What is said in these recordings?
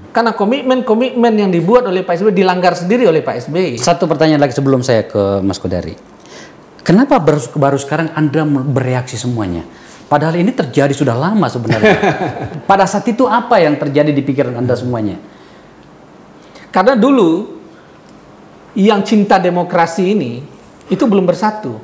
Karena komitmen yang dibuat oleh Pak SBY dilanggar sendiri oleh Pak SBY. Satu pertanyaan lagi sebelum saya ke Mas Kodari. Kenapa baru sekarang Anda bereaksi semuanya? Padahal ini terjadi sudah lama sebenarnya. Pada saat itu apa yang terjadi di pikiran Anda semuanya? Karena dulu yang cinta demokrasi ini itu belum bersatu.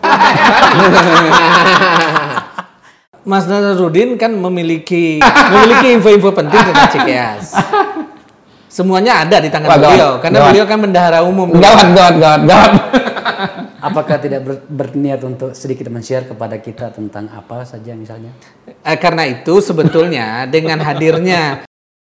Mas Nazarudin kan memiliki info-info penting tentang Cikeas. Semuanya ada di tangan beliau, karena beliau kan bendahara umum. Gawat. Apakah tidak berniat untuk sedikit men-share kepada kita tentang apa saja misalnya? Karena itu sebetulnya dengan hadirnya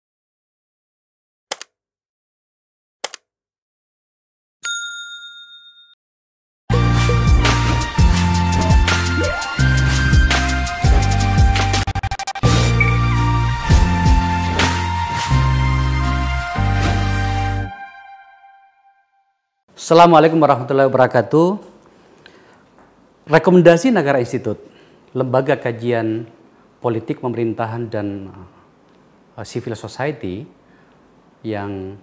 Assalamualaikum warahmatullahi wabarakatuh. Rekomendasi Nagara Institute, lembaga kajian politik pemerintahan dan civil society yang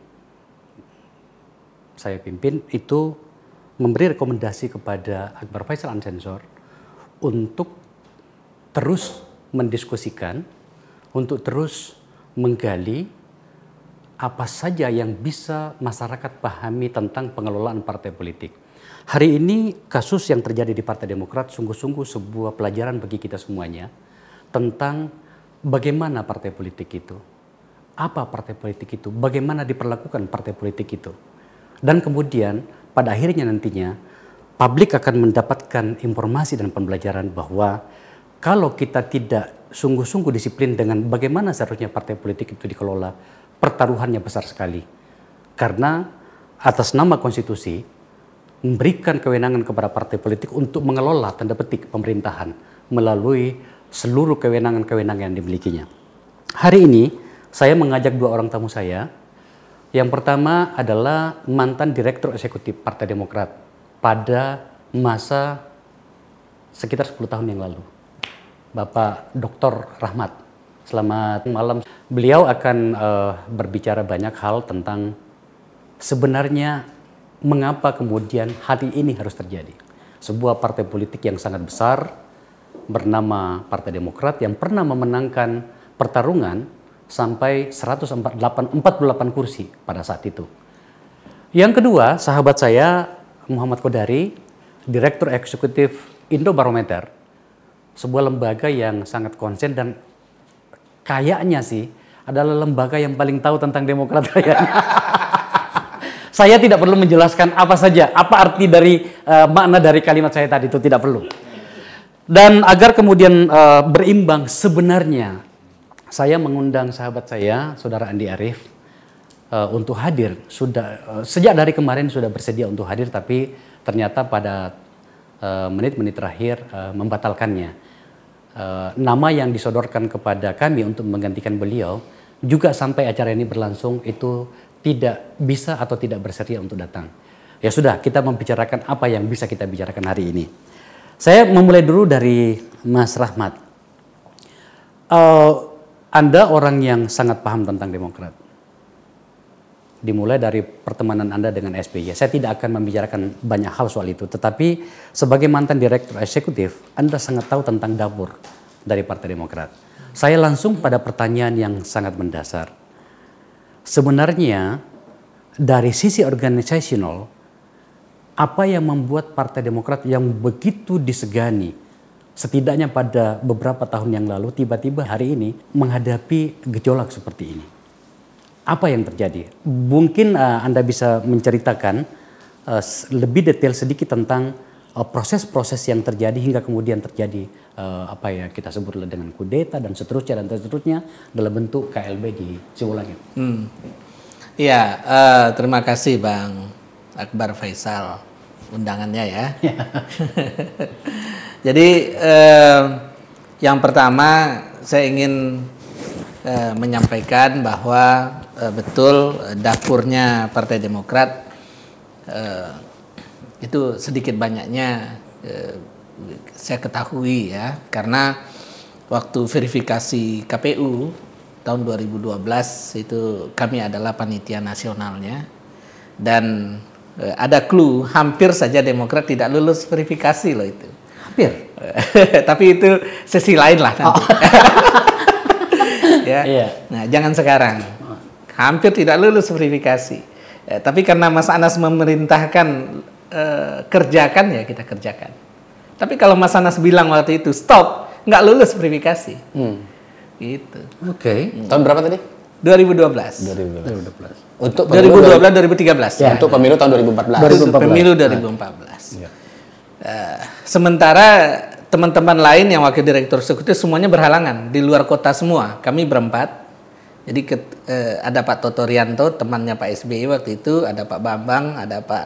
saya pimpin itu memberi rekomendasi kepada Akbar Faisal Unsensor untuk terus mendiskusikan, untuk terus menggali apa saja yang bisa masyarakat pahami tentang pengelolaan partai politik. Hari ini kasus yang terjadi di Partai Demokrat sungguh-sungguh sebuah pelajaran bagi kita semuanya tentang bagaimana partai politik itu, apa partai politik itu, bagaimana diperlakukan partai politik itu. Dan kemudian pada akhirnya nantinya publik akan mendapatkan informasi dan pembelajaran bahwa kalau kita tidak sungguh-sungguh disiplin dengan bagaimana seharusnya partai politik itu dikelola, pertaruhannya besar sekali. Karena atas nama konstitusi memberikan kewenangan kepada partai politik untuk mengelola tanda petik pemerintahan melalui seluruh kewenangan-kewenangan yang dimilikinya. Hari ini saya mengajak dua orang tamu saya. Yang pertama adalah mantan Direktur Eksekutif Partai Demokrat pada masa sekitar 10 tahun yang lalu, Bapak Dr. Rahmat. Selamat malam. Beliau akan berbicara banyak hal tentang sebenarnya mengapa kemudian hari ini harus terjadi. Sebuah partai politik yang sangat besar bernama Partai Demokrat yang pernah memenangkan pertarungan sampai 148 kursi pada saat itu. Yang kedua, sahabat saya Muhammad Kodari, Direktur Eksekutif Indobarometer, sebuah lembaga yang sangat konsen dan kayaknya sih adalah lembaga yang paling tahu tentang Demokrat kayaknya. Saya tidak perlu menjelaskan apa saja, apa arti dari makna dari kalimat saya tadi, itu tidak perlu. Dan agar kemudian berimbang, sebenarnya saya mengundang sahabat saya, Saudara Andi Arief, untuk hadir. Sejak dari kemarin sudah bersedia untuk hadir, tapi ternyata pada menit-menit terakhir membatalkannya. Nama yang disodorkan kepada kami untuk menggantikan beliau juga sampai acara ini berlangsung itu tidak bisa atau tidak bersedia untuk datang. Ya sudah, kita membicarakan apa yang bisa kita bicarakan hari ini. Saya memulai dulu dari Mas Rahmat. Anda orang yang sangat paham tentang Demokrat. Dimulai dari pertemanan Anda dengan SBY. Saya tidak akan membicarakan banyak hal soal itu. Tetapi sebagai mantan Direktur Eksekutif, Anda sangat tahu tentang dapur dari Partai Demokrat. Saya langsung pada pertanyaan yang sangat mendasar. Sebenarnya dari sisi organisasional, apa yang membuat Partai Demokrat yang begitu disegani, setidaknya pada beberapa tahun yang lalu, tiba-tiba hari ini menghadapi gejolak seperti ini? Apa yang terjadi? Mungkin Anda bisa menceritakan lebih detail sedikit tentang proses-proses yang terjadi hingga kemudian terjadi apa ya kita sebut dengan kudeta dan seterusnya dalam bentuk KLB di Sibolangit. Iya, terima kasih Bang Akbar Faisal undangannya ya. Jadi yang pertama saya ingin menyampaikan bahwa betul dapurnya Partai Demokrat itu sedikit banyaknya saya ketahui ya, karena waktu verifikasi KPU tahun 2012 itu kami adalah panitia nasionalnya, dan ada clue hampir saja Demokrat tidak lulus verifikasi loh itu. Hampir. Tapi itu sesi lain lah nanti. Ya. Iya. Nah, jangan sekarang. Hampir tidak lulus verifikasi. Tapi karena Mas Anas memerintahkan kerjakan, ya kita kerjakan. Tapi kalau Mas Anas bilang waktu itu stop, nggak lulus verifikasi. Gitu. Oke. Tahun berapa tadi? 2012. 2012. Untuk 2012 2013. Ya. Untuk pemilu tahun 2014. Untuk pemilu 2014. Ya. Sementara teman-teman lain yang wakil direktur eksekutif semuanya berhalangan di luar kota semua. Kami berempat. Jadi ada Pak Toto Rianto, temannya Pak SBY waktu itu, ada Pak Bambang, ada Pak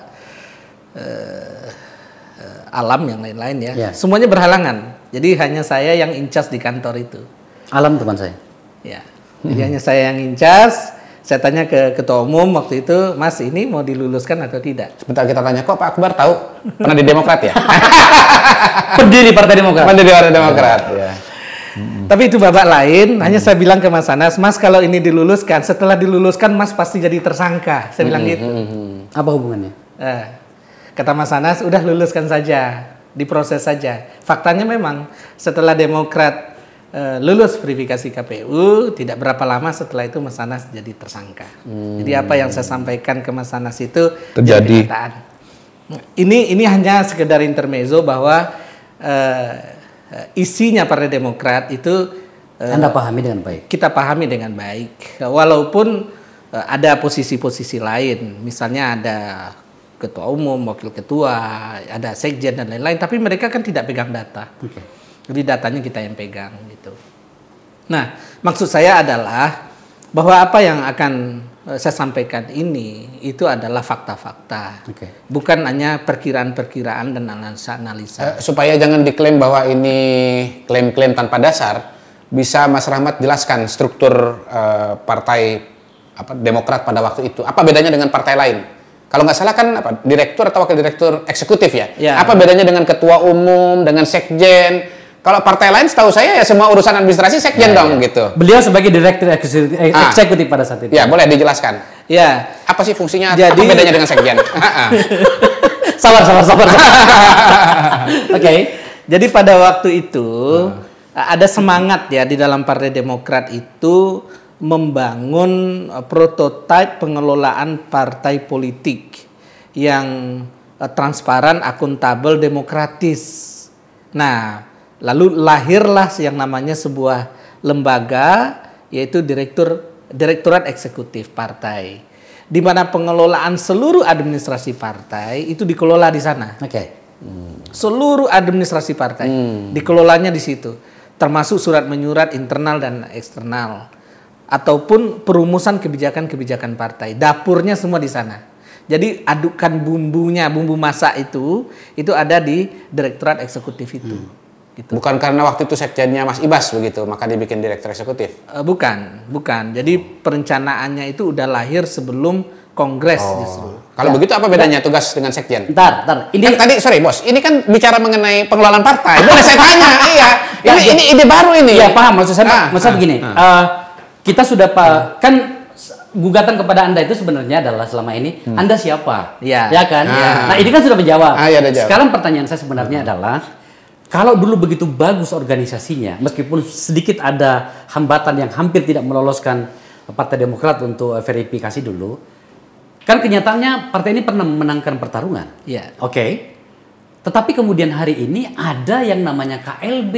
Alam, yang lain-lain ya. Ya. Semuanya berhalangan. Jadi hanya saya yang in charge di kantor itu. Alam teman saya. Ya. Jadi hanya saya yang in charge. Saya tanya ke ketua umum waktu itu, Mas ini mau diluluskan atau tidak? Sebentar kita tanya, kok Pak Akbar tahu? Pernah di Demokrat ya? Pendiri Partai Demokrat. Pendiri Partai Demokrat. Ya. Tapi itu babak lain. Hanya saya bilang ke Mas Anas, Mas kalau ini diluluskan, setelah diluluskan Mas pasti jadi tersangka. Saya bilang gitu. Apa hubungannya? Kata Mas Anas, udah luluskan saja, diproses saja. Faktanya memang setelah Demokrat lulus verifikasi KPU, tidak berapa lama setelah itu Mas Anas jadi tersangka. Jadi apa yang saya sampaikan ke Mas Anas itu terjadi. kenyataan. Ini hanya sekedar intermezzo bahwa isinya Partai Demokrat itu Anda pahami dengan baik. Kita pahami dengan baik. Walaupun ada posisi-posisi lain, misalnya ada ketua umum, wakil ketua, ada sekjen dan lain-lain, tapi mereka kan tidak pegang data. Jadi datanya kita yang pegang gitu. Nah, maksud saya adalah bahwa apa yang akan saya sampaikan ini itu adalah fakta-fakta. Bukan hanya perkiraan-perkiraan dan analisa-analisa. Supaya jangan diklaim bahwa ini klaim-klaim tanpa dasar, bisa Mas Rahmat jelaskan struktur partai Demokrat pada waktu itu. Apa bedanya dengan partai lain? Kalau nggak salah kan direktur atau wakil direktur eksekutif ya? Apa bedanya dengan ketua umum, dengan sekjen? Kalau partai lain setahu saya ya semua urusan administrasi sekjen dong gitu. Beliau sebagai direktur eksekutif pada saat itu. Ya, boleh dijelaskan. Ya. Apa sih fungsinya? Jadi, apa bedanya dengan sekjen? sabar. Oke. Jadi pada waktu itu ada semangat ya di dalam Partai Demokrat itu membangun prototipe pengelolaan partai politik yang transparan, akuntabel, demokratis. Nah, lalu lahirlah yang namanya sebuah lembaga, yaitu Direktorat Eksekutif Partai, di mana pengelolaan seluruh administrasi partai itu dikelola di sana. Seluruh administrasi partai dikelolanya di situ, termasuk surat menyurat internal dan eksternal, ataupun perumusan kebijakan-kebijakan partai. Dapurnya semua di sana. Jadi adukan bumbunya, bumbu masak itu ada di Direktorat Eksekutif itu. Gitu. Bukan karena waktu itu sekjennya Mas Ibas begitu, maka dibikin direktur eksekutif? Bukan. Jadi perencanaannya itu udah lahir sebelum Kongres justru. Kalau begitu apa bedanya tugas dengan sekjen? Bentar. Ini kan tadi sorry bos, ini kan bicara mengenai pengelolaan partai. Boleh saya tanya? Iya. Ini ide baru ini. Iya paham, maksud saya begini. Kita sudah kan gugatan kepada Anda itu sebenarnya adalah selama ini Anda siapa? Ya kan? Nah, ini kan sudah menjawab. Sekarang pertanyaan saya sebenarnya adalah kalau dulu begitu bagus organisasinya, meskipun sedikit ada hambatan yang hampir tidak meloloskan Partai Demokrat untuk verifikasi dulu, kan kenyataannya partai ini pernah memenangkan pertarungan. Tetapi kemudian hari ini ada yang namanya KLB.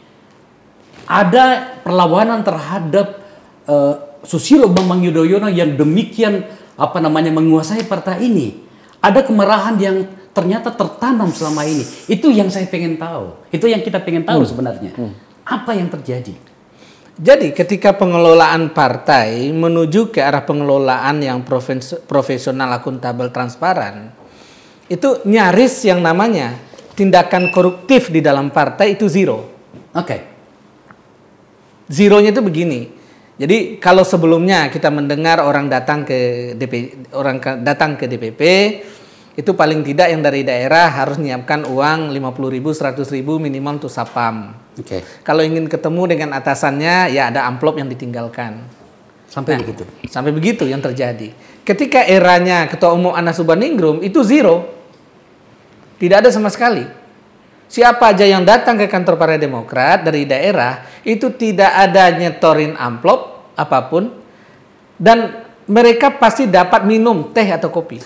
Ada perlawanan terhadap Susilo Bambang Yudhoyono yang demikian menguasai partai ini. Ada kemarahan yang ternyata tertanam selama ini. Itu yang saya pengen tahu. Itu yang kita pengen tahu sebenarnya. Apa yang terjadi? Jadi ketika pengelolaan partai menuju ke arah pengelolaan yang profesional, akuntabel, transparan, itu nyaris yang namanya tindakan koruptif di dalam partai itu zero. Zeronya itu begini. Jadi kalau sebelumnya kita mendengar orang datang ke DPP, itu paling tidak yang dari daerah harus menyiapkan uang 50.000, 100.000 minimal untuk sapam. Kalau ingin ketemu dengan atasannya, ya ada amplop yang ditinggalkan. Sampai begitu. Sampai begitu yang terjadi. Ketika eranya Ketua Umum Anas Urbaningrum itu zero. Tidak ada sama sekali. Siapa aja yang datang ke kantor Partai Demokrat dari daerah, itu tidak ada nyetorin amplop apapun. Dan mereka pasti dapat minum teh atau kopi.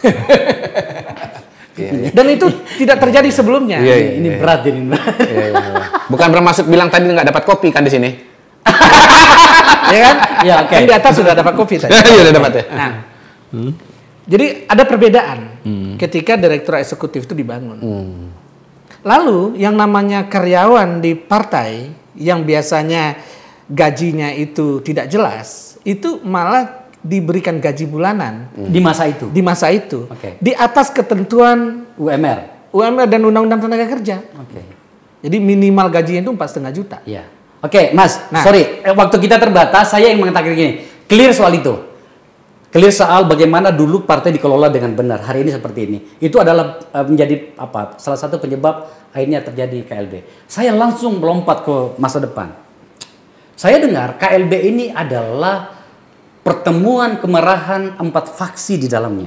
Dan itu tidak terjadi sebelumnya. Ini berat ini. Bukan bermaksud bilang tadi nggak dapat kopi kan di sini. Ya kan? Ya, oke. Yang di atas sudah dapat kopi tadi. Iya, udah dapat ya. Nah, jadi ada perbedaan ketika direktur eksekutif itu dibangun. Lalu yang namanya karyawan di partai yang biasanya gajinya itu tidak jelas, itu malah diberikan gaji bulanan Di masa itu. di masa itu Oke. di atas ketentuan UMR dan Undang-Undang Tenaga Kerja. Oke. Jadi minimal gajinya itu 4,5 juta. Ya. Oke, Mas. Nah. Sorry, waktu kita terbatas. Saya yang mengatakan gini. Clear soal itu. Clear soal bagaimana dulu partai dikelola dengan benar. Hari ini seperti ini. Itu adalah menjadi salah satu penyebab akhirnya terjadi KLB. Saya langsung melompat ke masa depan. Saya dengar KLB ini adalah pertemuan kemarahan 4 faksi di dalamnya.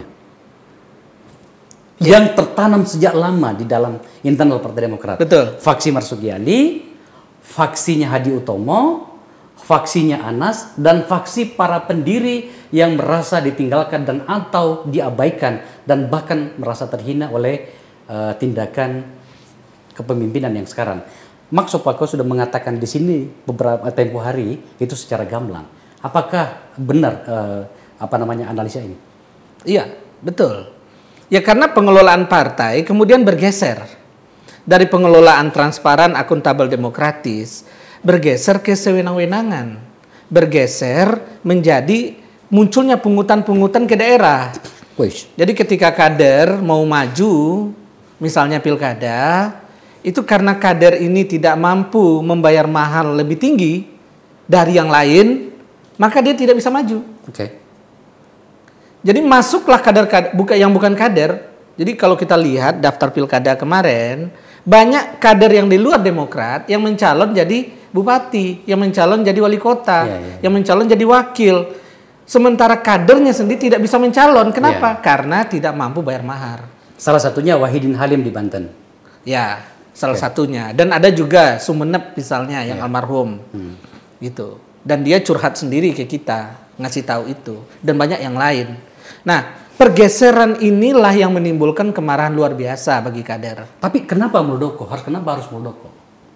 Yang tertanam sejak lama di dalam internal Partai Demokrat. Betul. Faksi Marsugiani, faksinya Hadi Utomo, faksinya Anas, dan faksi para pendiri yang merasa ditinggalkan dan atau diabaikan dan bahkan merasa terhina oleh tindakan kepemimpinan yang sekarang. Max Sopako sudah mengatakan di sini beberapa tempo hari itu secara gamblang. Apakah benar analisa ini? Iya, betul. Ya karena pengelolaan partai kemudian bergeser dari pengelolaan transparan, akuntabel, demokratis, bergeser ke sewenang-wenangan, bergeser menjadi munculnya pungutan-pungutan ke daerah. Jadi ketika kader mau maju, misalnya pilkada, itu karena kader ini tidak mampu membayar mahal lebih tinggi dari yang lain, maka dia tidak bisa maju. Jadi masuklah kader-kader yang bukan kader. Jadi kalau kita lihat daftar pilkada kemarin, banyak kader yang di luar Demokrat yang mencalon jadi bupati, yang mencalon jadi wali kota, yang mencalon jadi wakil. Sementara kadernya sendiri tidak bisa mencalon. Kenapa? Karena tidak mampu bayar mahar. Salah satunya Wahidin Halim di Banten. Ya, salah satunya. Dan ada juga Sumenep misalnya yang almarhum. Gitu. Dan dia curhat sendiri ke kita, ngasih tahu itu. Dan banyak yang lain. Nah, pergeseran inilah yang menimbulkan kemarahan luar biasa bagi kader. Tapi kenapa Muldoko? Kenapa harus Muldoko?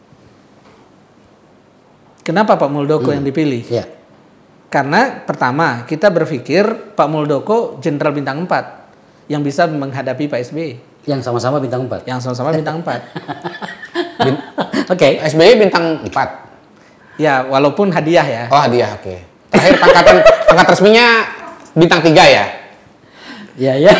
Kenapa Pak Muldoko yang dipilih? Ya. Karena pertama, kita berpikir Pak Muldoko jenderal bintang 4 yang bisa menghadapi Pak SBY. Yang sama-sama bintang 4. Yang sama-sama bintang 4. Oke. SBY bintang 4. Ya, walaupun hadiah ya. Oh, hadiah, oke. Terakhir pangkat resminya bintang 3 ya? Iya.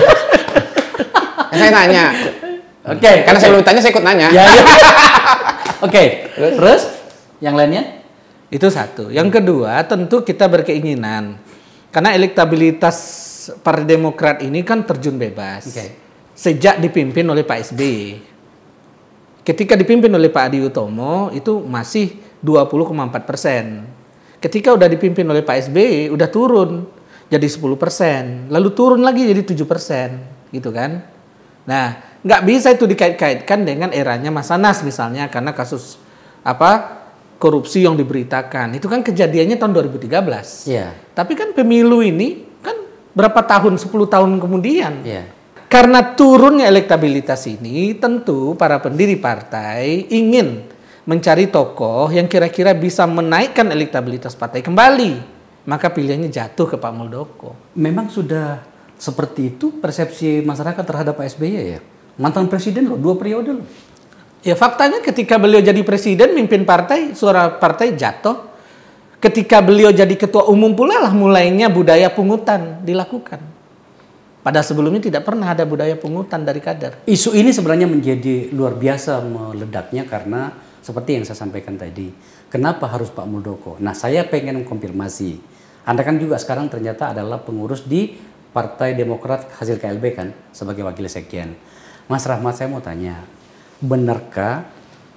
Saya nanya. Oke. Karena saya belum tanya, saya ikut nanya. Ya. Oke. Terus yang lainnya? Itu satu. Yang kedua, tentu kita berkeinginan. Karena elektabilitas Partai Demokrat ini kan terjun bebas. Sejak dipimpin oleh Pak SBY. Ketika dipimpin oleh Pak Hadi Utomo, itu masih 20,4%. Ketika udah dipimpin oleh Pak SBY, udah turun jadi 10%. Lalu turun lagi jadi 7%. Gitu kan. Nah, nggak bisa itu dikait-kaitkan dengan eranya Mas Anas misalnya. Karena kasus korupsi yang diberitakan. Itu kan kejadiannya tahun 2013. Iya. Tapi kan pemilu ini kan berapa tahun, 10 tahun kemudian. Iya. Karena turunnya elektabilitas ini, tentu para pendiri partai ingin mencari tokoh yang kira-kira bisa menaikkan elektabilitas partai kembali. Maka pilihannya jatuh ke Pak Muldoko. Memang sudah seperti itu persepsi masyarakat terhadap Pak SBY ya? Mantan presiden loh, 2 periode loh. Ya faktanya ketika beliau jadi presiden, mimpin partai, suara partai jatuh. Ketika beliau jadi ketua umum pula lah mulainya budaya pungutan dilakukan. Padahal sebelumnya tidak pernah ada budaya pungutan dari kader. Isu ini sebenarnya menjadi luar biasa meledaknya karena seperti yang saya sampaikan tadi. Kenapa harus Pak Muldoko? Nah, saya pengen mengkonfirmasi. Anda kan juga sekarang ternyata adalah pengurus di Partai Demokrat hasil KLB kan sebagai wakil sekjen. Mas Rahmat, saya mau tanya. Benarkah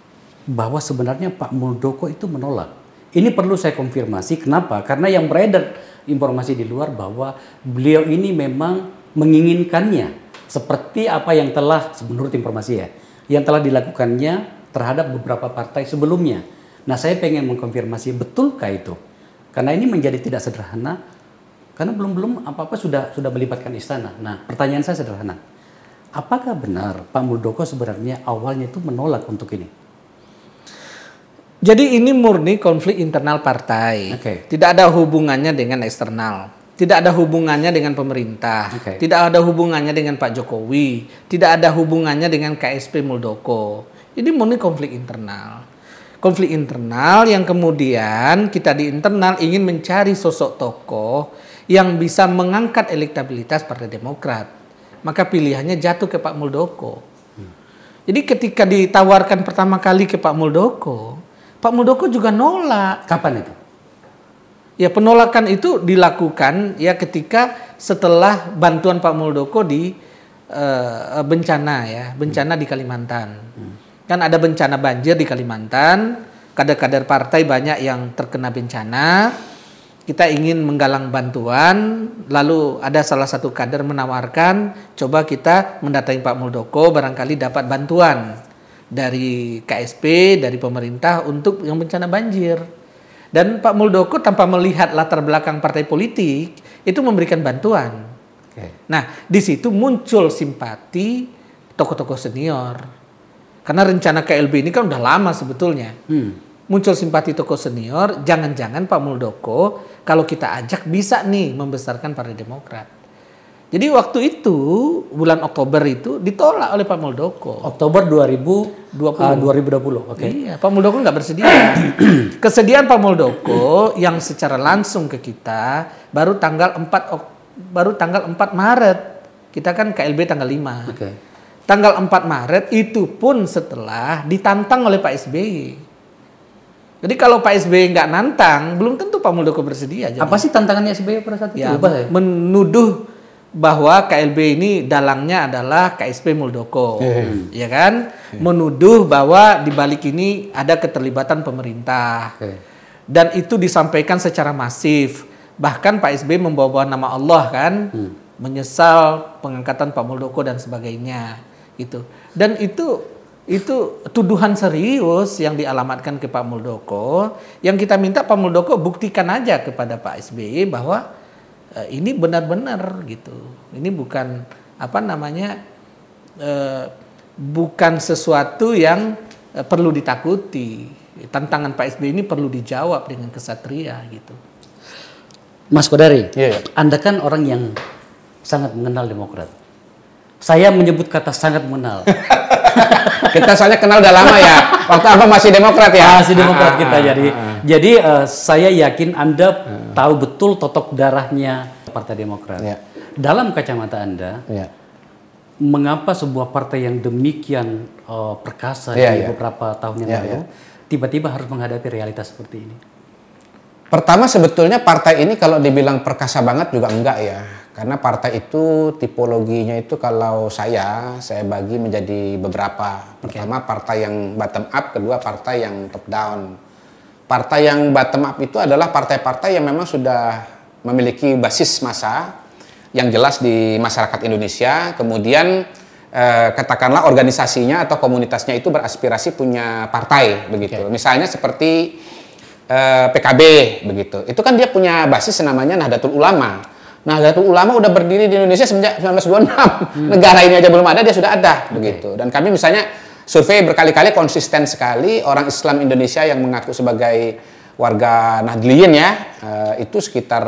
bahwa sebenarnya Pak Muldoko itu menolak. Ini perlu saya konfirmasi. Kenapa? Karena yang beredar informasi di luar bahwa beliau ini memang menginginkannya seperti apa yang telah, menurut informasi ya, yang telah dilakukannya terhadap beberapa partai sebelumnya. Nah, saya pengen mengkonfirmasi betulkah itu? Karena ini menjadi tidak sederhana, karena belum apa-apa sudah melibatkan istana. Nah, pertanyaan saya sederhana. Apakah benar Pak Muldoko sebenarnya awalnya itu menolak untuk ini? Jadi ini murni konflik internal partai. Tidak ada hubungannya dengan eksternal. Tidak ada hubungannya dengan pemerintah. Tidak ada hubungannya dengan Pak Jokowi. Tidak ada hubungannya dengan KSP Muldoko. Ini murni konflik internal. Konflik internal yang kemudian kita di internal ingin mencari sosok tokoh yang bisa mengangkat elektabilitas Partai Demokrat. Maka pilihannya jatuh ke Pak Muldoko. Jadi ketika ditawarkan pertama kali ke Pak Muldoko juga nolak. Kapan itu? Ya, penolakan itu dilakukan ya ketika setelah bantuan Pak Muldoko di bencana di Kalimantan. Kan ada bencana banjir di Kalimantan, kader-kader partai banyak yang terkena bencana. Kita ingin menggalang bantuan, lalu ada salah satu kader menawarkan, coba kita mendatangi Pak Muldoko, barangkali dapat bantuan dari KSP, dari pemerintah untuk yang bencana banjir. Dan Pak Muldoko tanpa melihat latar belakang partai politik, itu memberikan bantuan. Nah, di situ muncul simpati tokoh-tokoh senior. Karena rencana KLB ini kan udah lama sebetulnya. Muncul simpati tokoh senior, jangan-jangan Pak Muldoko kalau kita ajak bisa nih membesarkan Partai Demokrat. Jadi waktu itu, bulan Oktober itu ditolak oleh Pak Muldoko. Oktober 2020. Iya, Pak Muldoko nggak bersedia. Kesediaan Pak Muldoko yang secara langsung ke kita baru tanggal 4 Maret. Kita kan KLB tanggal 5. Tanggal 4 Maret itu pun setelah ditantang oleh Pak SBY. Jadi kalau Pak SBY nggak nantang, belum tentu Pak Muldoko bersedia. Apa sih tantangannya SBY pada saat itu? Ya, menuduh bahwa KLB ini dalangnya adalah KSP Muldoko, ya kan? Menuduh bahwa di balik ini ada keterlibatan pemerintah. Dan itu disampaikan secara masif. Bahkan Pak SBY membawa nama Allah kan, menyesal pengangkatan Pak Muldoko dan sebagainya. Gitu. Dan itu tuduhan serius yang dialamatkan ke Pak Muldoko, yang kita minta Pak Muldoko buktikan aja kepada Pak SBY bahwa ini benar-benar gitu. Ini bukan bukan sesuatu yang perlu ditakuti. Tantangan Pak SBY ini perlu dijawab dengan kesatria gitu. Mas Kodari, Anda kan orang yang sangat mengenal Demokrat. Saya menyebut kata sangat mengenal. Kita soalnya kenal udah lama ya. Waktu Abang masih Demokrat ya? Masih Demokrat kita jadi saya yakin Anda tahu betul totok darahnya Partai Demokrat. Dalam kacamata Anda, mengapa sebuah partai yang demikian perkasa di beberapa tahun yang lalu tiba-tiba harus menghadapi realitas seperti ini? Pertama sebetulnya partai ini kalau dibilang perkasa banget juga enggak ya. Karena partai itu tipologinya itu kalau saya bagi menjadi beberapa. Pertama partai yang bottom up, kedua partai yang top down. Partai yang bottom up itu adalah partai-partai yang memang sudah memiliki basis massa yang jelas di masyarakat Indonesia. Kemudian katakanlah organisasinya atau komunitasnya itu beraspirasi punya partai begitu. Misalnya seperti PKB begitu. Itu kan dia punya basis namanya Nahdlatul Ulama. Nahdlatul Ulama udah berdiri di Indonesia sejak 1926. Negara ini aja belum ada, dia sudah ada begitu. Dan kami misalnya survei berkali-kali konsisten sekali orang Islam Indonesia yang mengaku sebagai warga Nahdliyin ya, itu sekitar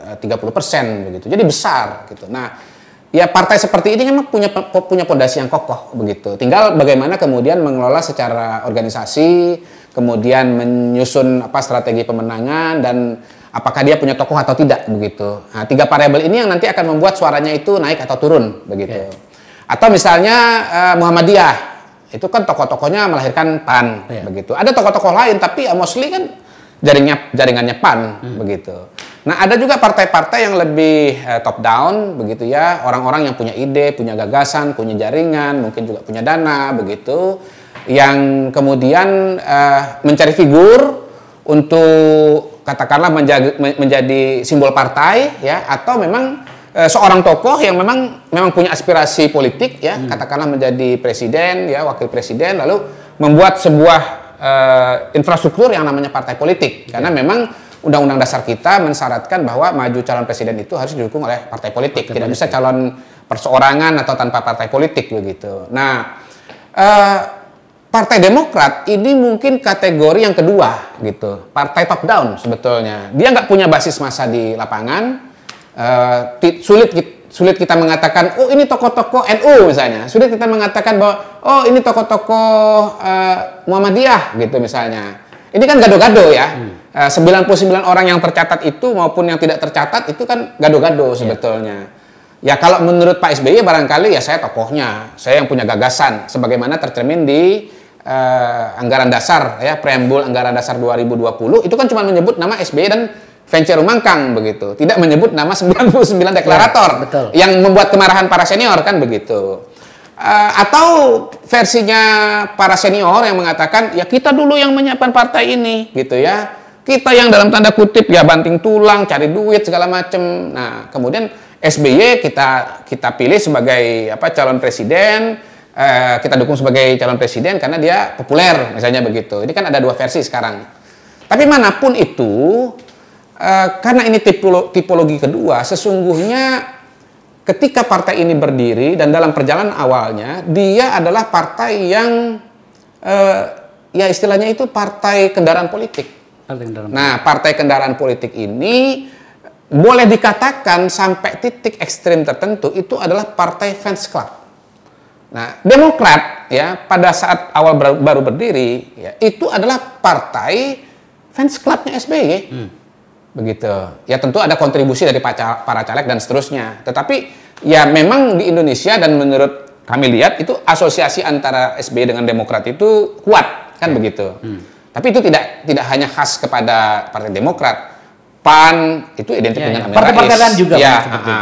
30% begitu. Jadi besar gitu. Nah, ya partai seperti ini memang punya pondasi yang kokoh begitu. Tinggal bagaimana kemudian mengelola secara organisasi, kemudian menyusun strategi pemenangan dan apakah dia punya tokoh atau tidak begitu. Nah, 3 variabel ini yang nanti akan membuat suaranya itu naik atau turun begitu. Atau misalnya Muhammadiyah, itu kan tokoh-tokohnya melahirkan PAN begitu. Ada tokoh-tokoh lain tapi mostly kan jaringannya PAN begitu. Nah, ada juga partai-partai yang lebih top down begitu ya, orang-orang yang punya ide, punya gagasan, punya jaringan, mungkin juga punya dana begitu. yang kemudian mencari figur untuk katakanlah menjadi simbol partai ya, atau memang seorang tokoh yang memang punya aspirasi politik ya, katakanlah menjadi presiden ya, wakil presiden, lalu membuat sebuah infrastruktur yang namanya partai politik, karena memang Undang-Undang Dasar kita mensyaratkan bahwa maju calon presiden itu harus didukung oleh partai politik, tidak bisa calon perseorangan atau tanpa partai politik begitu. Nah, Partai Demokrat ini mungkin kategori yang kedua gitu, partai top down sebetulnya. Dia nggak punya basis massa di lapangan, sulit kita mengatakan, oh ini tokoh-tokoh NU misalnya, sulit kita mengatakan bahwa oh ini tokoh-tokoh Muhammadiyah gitu misalnya. Ini kan gado-gado ya. 99 orang yang tercatat itu maupun yang tidak tercatat itu kan gado-gado sebetulnya. Ya kalau menurut Pak SBY barangkali ya saya tokohnya, saya yang punya gagasan sebagaimana tercermin di anggaran dasar ya, preambul anggaran dasar 2020 itu kan cuma menyebut nama SBY dan Venture Rumangkang begitu. Tidak menyebut nama 99 deklarator yang membuat kemarahan para senior kan begitu. Atau versinya para senior yang mengatakan ya kita dulu yang menyiapkan partai ini gitu ya. Kita yang dalam tanda kutip ya banting tulang, cari duit segala macam. Nah, kemudian SBY kita pilih sebagai calon presiden, kita dukung sebagai calon presiden karena dia populer misalnya begitu. Ini kan ada dua versi sekarang. Tapi manapun itu, karena ini tipologi kedua, sesungguhnya ketika partai ini berdiri dan dalam perjalanan awalnya dia adalah partai yang ya istilahnya itu partai kendaraan politik. Nah, partai kendaraan politik ini boleh dikatakan sampai titik ekstrim tertentu itu adalah partai fans club. Nah, Demokrat ya pada saat awal baru berdiri ya itu adalah partai fans clubnya SBY. Begitu. Ya tentu ada kontribusi dari para caleg dan seterusnya. Tetapi ya memang di Indonesia dan menurut kami lihat itu asosiasi antara SBY dengan Demokrat itu kuat kan begitu. Tapi itu tidak hanya khas kepada Partai Demokrat. PAN itu identik dengan Amin Rais. Partai-partai lain juga. Ya,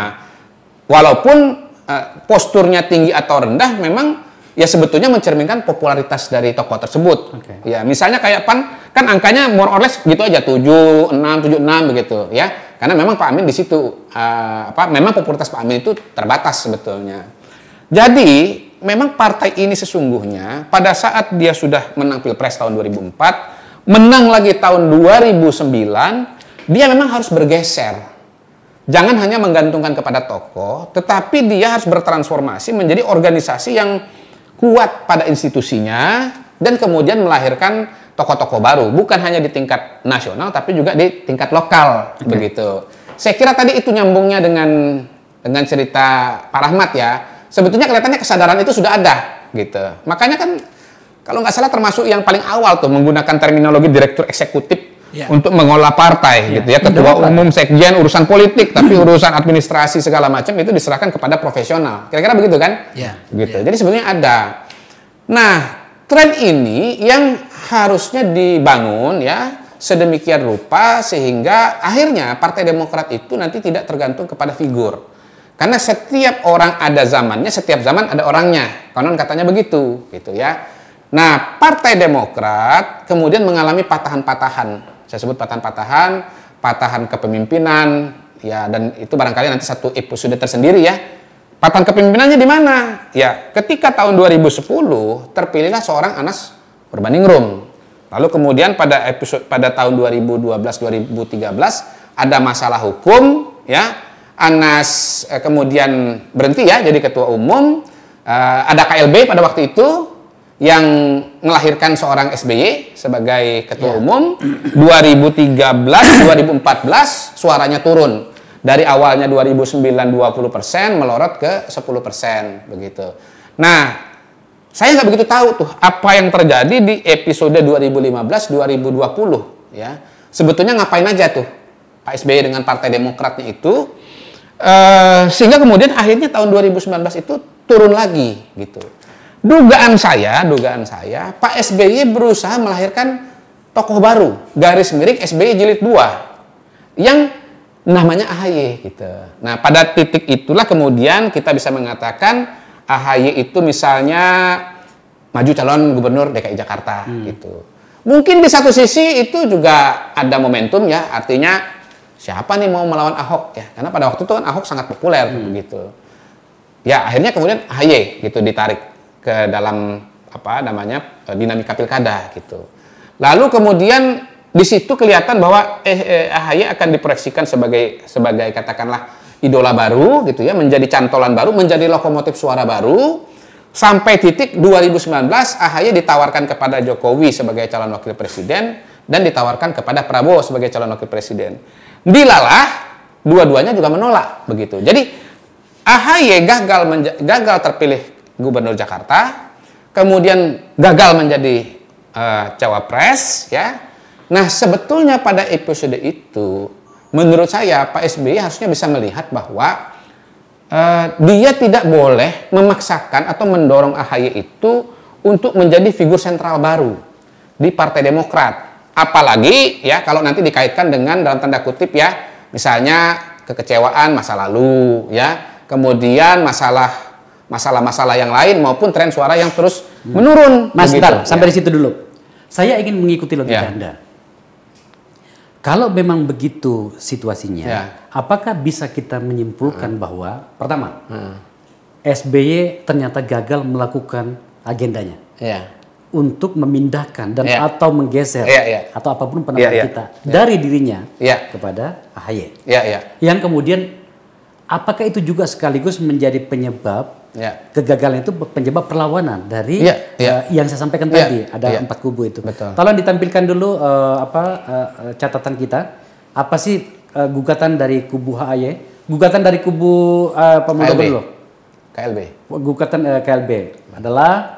walaupun posturnya tinggi atau rendah memang ya sebetulnya mencerminkan popularitas dari tokoh tersebut. Ya, misalnya kayak PAN kan angkanya more or less gitu aja 76, 76 begitu ya. Karena memang Pak Amin di situ memang popularitas Pak Amin itu terbatas sebetulnya. Jadi memang partai ini sesungguhnya pada saat dia sudah menang Pilpres tahun 2004, menang lagi tahun 2009, dia memang harus bergeser. Jangan hanya menggantungkan kepada tokoh, tetapi dia harus bertransformasi menjadi organisasi yang kuat pada institusinya dan kemudian melahirkan tokoh-tokoh baru, bukan hanya di tingkat nasional tapi juga di tingkat lokal begitu. Saya kira tadi itu nyambungnya dengan cerita Pak Rahmat ya. Sebetulnya kelihatannya kesadaran itu sudah ada gitu. Makanya kan kalau nggak salah termasuk yang paling awal tuh menggunakan terminologi direktur eksekutif untuk mengolah partai gitu ya. Ketua umum, sekjen, urusan politik, tapi urusan administrasi segala macam itu diserahkan kepada profesional. Kira-kira begitu kan? Gitu. Jadi sebetulnya ada. Nah, tren ini yang harusnya dibangun ya sedemikian rupa sehingga akhirnya Partai Demokrat itu nanti tidak tergantung kepada figur. Karena setiap orang ada zamannya, setiap zaman ada orangnya. Konon katanya begitu, gitu ya. Nah, Partai Demokrat kemudian mengalami patahan-patahan. Saya sebut patahan-patahan, patahan kepemimpinan, ya, dan itu barangkali nanti satu episode tersendiri ya. Patahan kepemimpinannya di mana? Ya, ketika tahun 2010 terpilihlah seorang Anas Urbaningrum. Lalu kemudian pada tahun 2012-2013 ada masalah hukum, ya. Anas kemudian berhenti ya jadi ketua umum, ada KLB pada waktu itu yang melahirkan seorang SBY sebagai ketua umum. 2013-2014 suaranya turun dari awalnya 2009 20% melorot ke 10% begitu. Nah, saya nggak begitu tahu tuh apa yang terjadi di episode 2015-2020 ya. Sebetulnya ngapain aja tuh Pak SBY dengan Partai Demokratnya itu sehingga kemudian akhirnya tahun 2019 itu turun lagi gitu. Dugaan saya Pak SBY berusaha melahirkan tokoh baru, garis miring SBY jilid 2 yang namanya AHY gitu. Nah, pada titik itulah kemudian kita bisa mengatakan AHY itu misalnya maju calon gubernur DKI Jakarta gitu. Mungkin di satu sisi itu juga ada momentum ya, artinya siapa nih mau melawan Ahok ya? Karena pada waktu itu kan Ahok sangat populer begitu. Ya akhirnya kemudian AHY gitu ditarik ke dalam dinamika pilkada gitu. Lalu kemudian di situ kelihatan bahwa AHY akan diproyeksikan sebagai katakanlah idola baru gitu ya, menjadi cantolan baru, menjadi lokomotif suara baru. Sampai titik 2019 AHY ditawarkan kepada Jokowi sebagai calon wakil presiden dan ditawarkan kepada Prabowo sebagai calon wakil presiden. Dilalah dua-duanya juga menolak begitu. Jadi AHY gagal terpilih gubernur Jakarta, kemudian gagal menjadi cawapres ya. Nah, sebetulnya pada episode itu menurut saya Pak SBY harusnya bisa melihat bahwa dia tidak boleh memaksakan atau mendorong AHY itu untuk menjadi figur sentral baru di Partai Demokrat. Apalagi ya kalau nanti dikaitkan dengan dalam tanda kutip ya, misalnya kekecewaan masa lalu ya, kemudian masalah-masalah yang lain maupun tren suara yang terus menurun. Mas, sampai di situ dulu. Saya ingin mengikuti logika Anda. Kalau memang begitu situasinya, apakah bisa kita menyimpulkan bahwa pertama, SBY ternyata gagal melakukan agendanya untuk memindahkan dan atau menggeser atau apapun pendapat kita dari dirinya kepada AHY. Yang kemudian, apakah itu juga sekaligus menjadi penyebab kegagalan itu, penyebab perlawanan dari yang saya sampaikan tadi, ada 4 kubu itu. Betul. Tolong ditampilkan dulu catatan kita, apa sih gugatan dari kubu AHY, gugatan dari kubu Pemuda dulu. KLB. Gugatan KLB adalah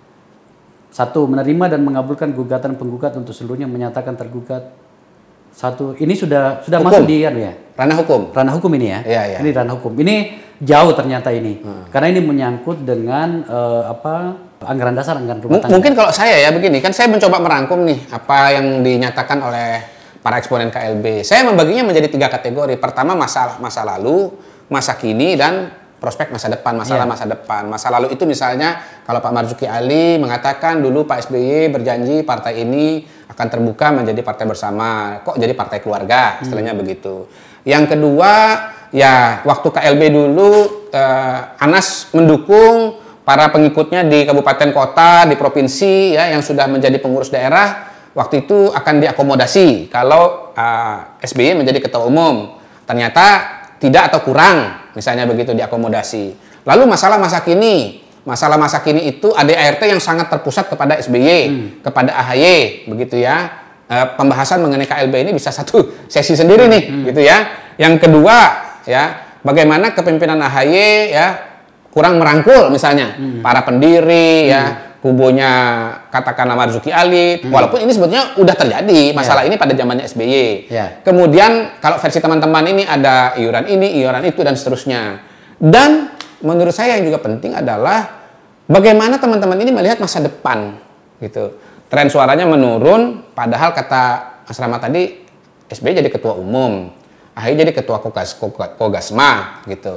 1. Menerima dan mengabulkan gugatan penggugat untuk seluruhnya menyatakan tergugat. 1. Ini sudah hukum. Masuk di ranah hukum. Ranah hukum ini ya. Ini ranah hukum. Ini jauh ternyata ini. Karena ini menyangkut dengan anggaran dasar, anggaran rumah tangga. Mungkin kalau saya ya begini, kan saya mencoba merangkum nih apa yang dinyatakan oleh para eksponen KLB. Saya membaginya menjadi 3 kategori. Pertama masa lalu, masa kini, dan prospek masa depan, masa depan. Masa lalu itu misalnya kalau Pak Marzuki Ali mengatakan dulu Pak SBY berjanji partai ini akan terbuka menjadi partai bersama. Kok jadi partai keluarga, istilahnya begitu. Yang kedua, ya waktu KLB dulu Anas mendukung para pengikutnya di kabupaten kota, di provinsi ya yang sudah menjadi pengurus daerah, waktu itu akan diakomodasi kalau SBY menjadi ketua umum. Ternyata tidak atau kurang, misalnya begitu diakomodasi. Lalu masalah masa kini itu ADART yang sangat terpusat kepada SBY, kepada AHY, begitu ya. Pembahasan mengenai KLB ini bisa satu sesi sendiri nih, gitu ya. Yang kedua, ya, bagaimana kepemimpinan AHY ya kurang merangkul misalnya para pendiri ya, kubunya katakanlah Marzuki Ali, walaupun ini sebetulnya udah terjadi masalah ini pada zamannya SBY. Kemudian kalau versi teman-teman ini ada iuran ini, iuran itu dan seterusnya. Dan menurut saya yang juga penting adalah bagaimana teman-teman ini melihat masa depan gitu. Tren suaranya menurun, padahal kata Mas Rahmat tadi SBY jadi ketua umum, AHY jadi ketua Kogasma gitu.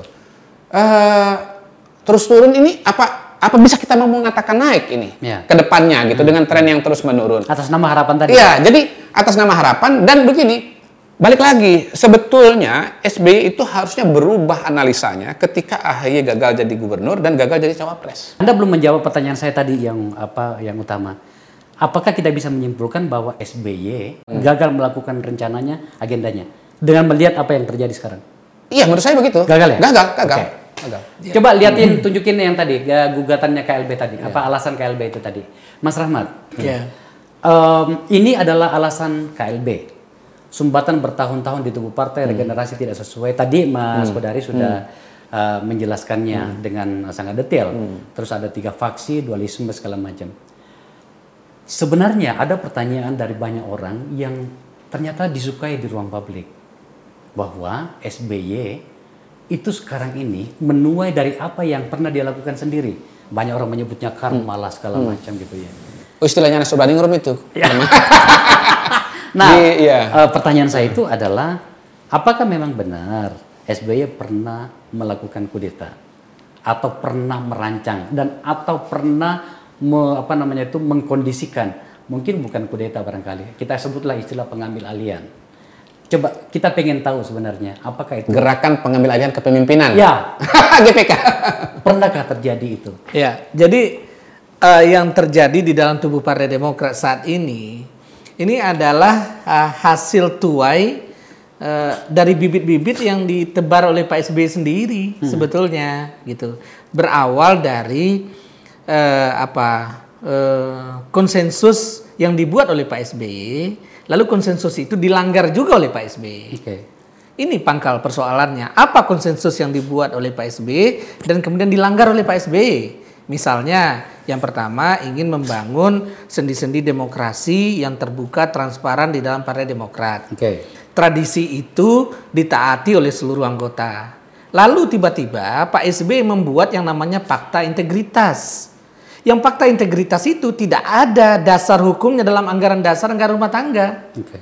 Terus turun ini apa bisa kita mau mengatakan naik ini ke depannya gitu dengan tren yang terus menurun. Atas nama harapan tadi. Iya, jadi atas nama harapan dan begini, balik lagi, sebetulnya SBY itu harusnya berubah analisanya ketika AHY gagal jadi gubernur dan gagal jadi cawapres. Anda belum menjawab pertanyaan saya tadi yang utama. Apakah kita bisa menyimpulkan bahwa SBY gagal melakukan rencananya, agendanya dengan melihat apa yang terjadi sekarang? Iya, menurut saya begitu. Gagal ya? Gagal. Okay. Coba lihatin, tunjukin yang tadi, gugatannya KLB tadi. Apa alasan KLB itu tadi? Mas Rahmat, ini adalah alasan KLB. Sumbatan bertahun-tahun di tubuh partai, regenerasi tidak sesuai. Tadi Mas Kodari sudah menjelaskannya dengan sangat detail. Terus ada 3 faksi, dualisme, segala macam. Sebenarnya ada pertanyaan dari banyak orang yang ternyata disukai di ruang publik. Bahwa SBY itu sekarang ini menuai dari apa yang pernah dia lakukan sendiri. Banyak orang menyebutnya karma lah segala macam gitu ya. Oh, istilahnya Nasobaningrum itu. Nah, pertanyaan saya itu adalah apakah memang benar SBY pernah melakukan kudeta atau pernah merancang dan atau pernah mengkondisikan, mungkin bukan kudeta barangkali, kita sebutlah istilah pengambil alihan. Coba kita pengen tahu sebenarnya apakah itu Gerakan pengambil alihan kepemimpinan. ya GPK. pernahkah terjadi itu? Ya, jadi yang terjadi di dalam tubuh Partai Demokrat saat ini adalah hasil tuai dari bibit-bibit yang ditebar oleh Pak SBY sendiri sebetulnya gitu. Berawal dari konsensus yang dibuat oleh Pak SBY, lalu konsensus itu dilanggar juga oleh Pak SBY. Oke. Ini pangkal persoalannya. Apa konsensus yang dibuat oleh Pak SBY dan kemudian dilanggar oleh Pak SBY? Misalnya, yang pertama ingin membangun sendi-sendi demokrasi yang terbuka, transparan di dalam Partai Demokrat. Oke. Tradisi itu ditaati oleh seluruh anggota. Lalu tiba-tiba Pak SBY membuat yang namanya Fakta Integritas. Yang fakta integritas itu tidak ada dasar hukumnya dalam anggaran dasar anggaran rumah tangga. Oke.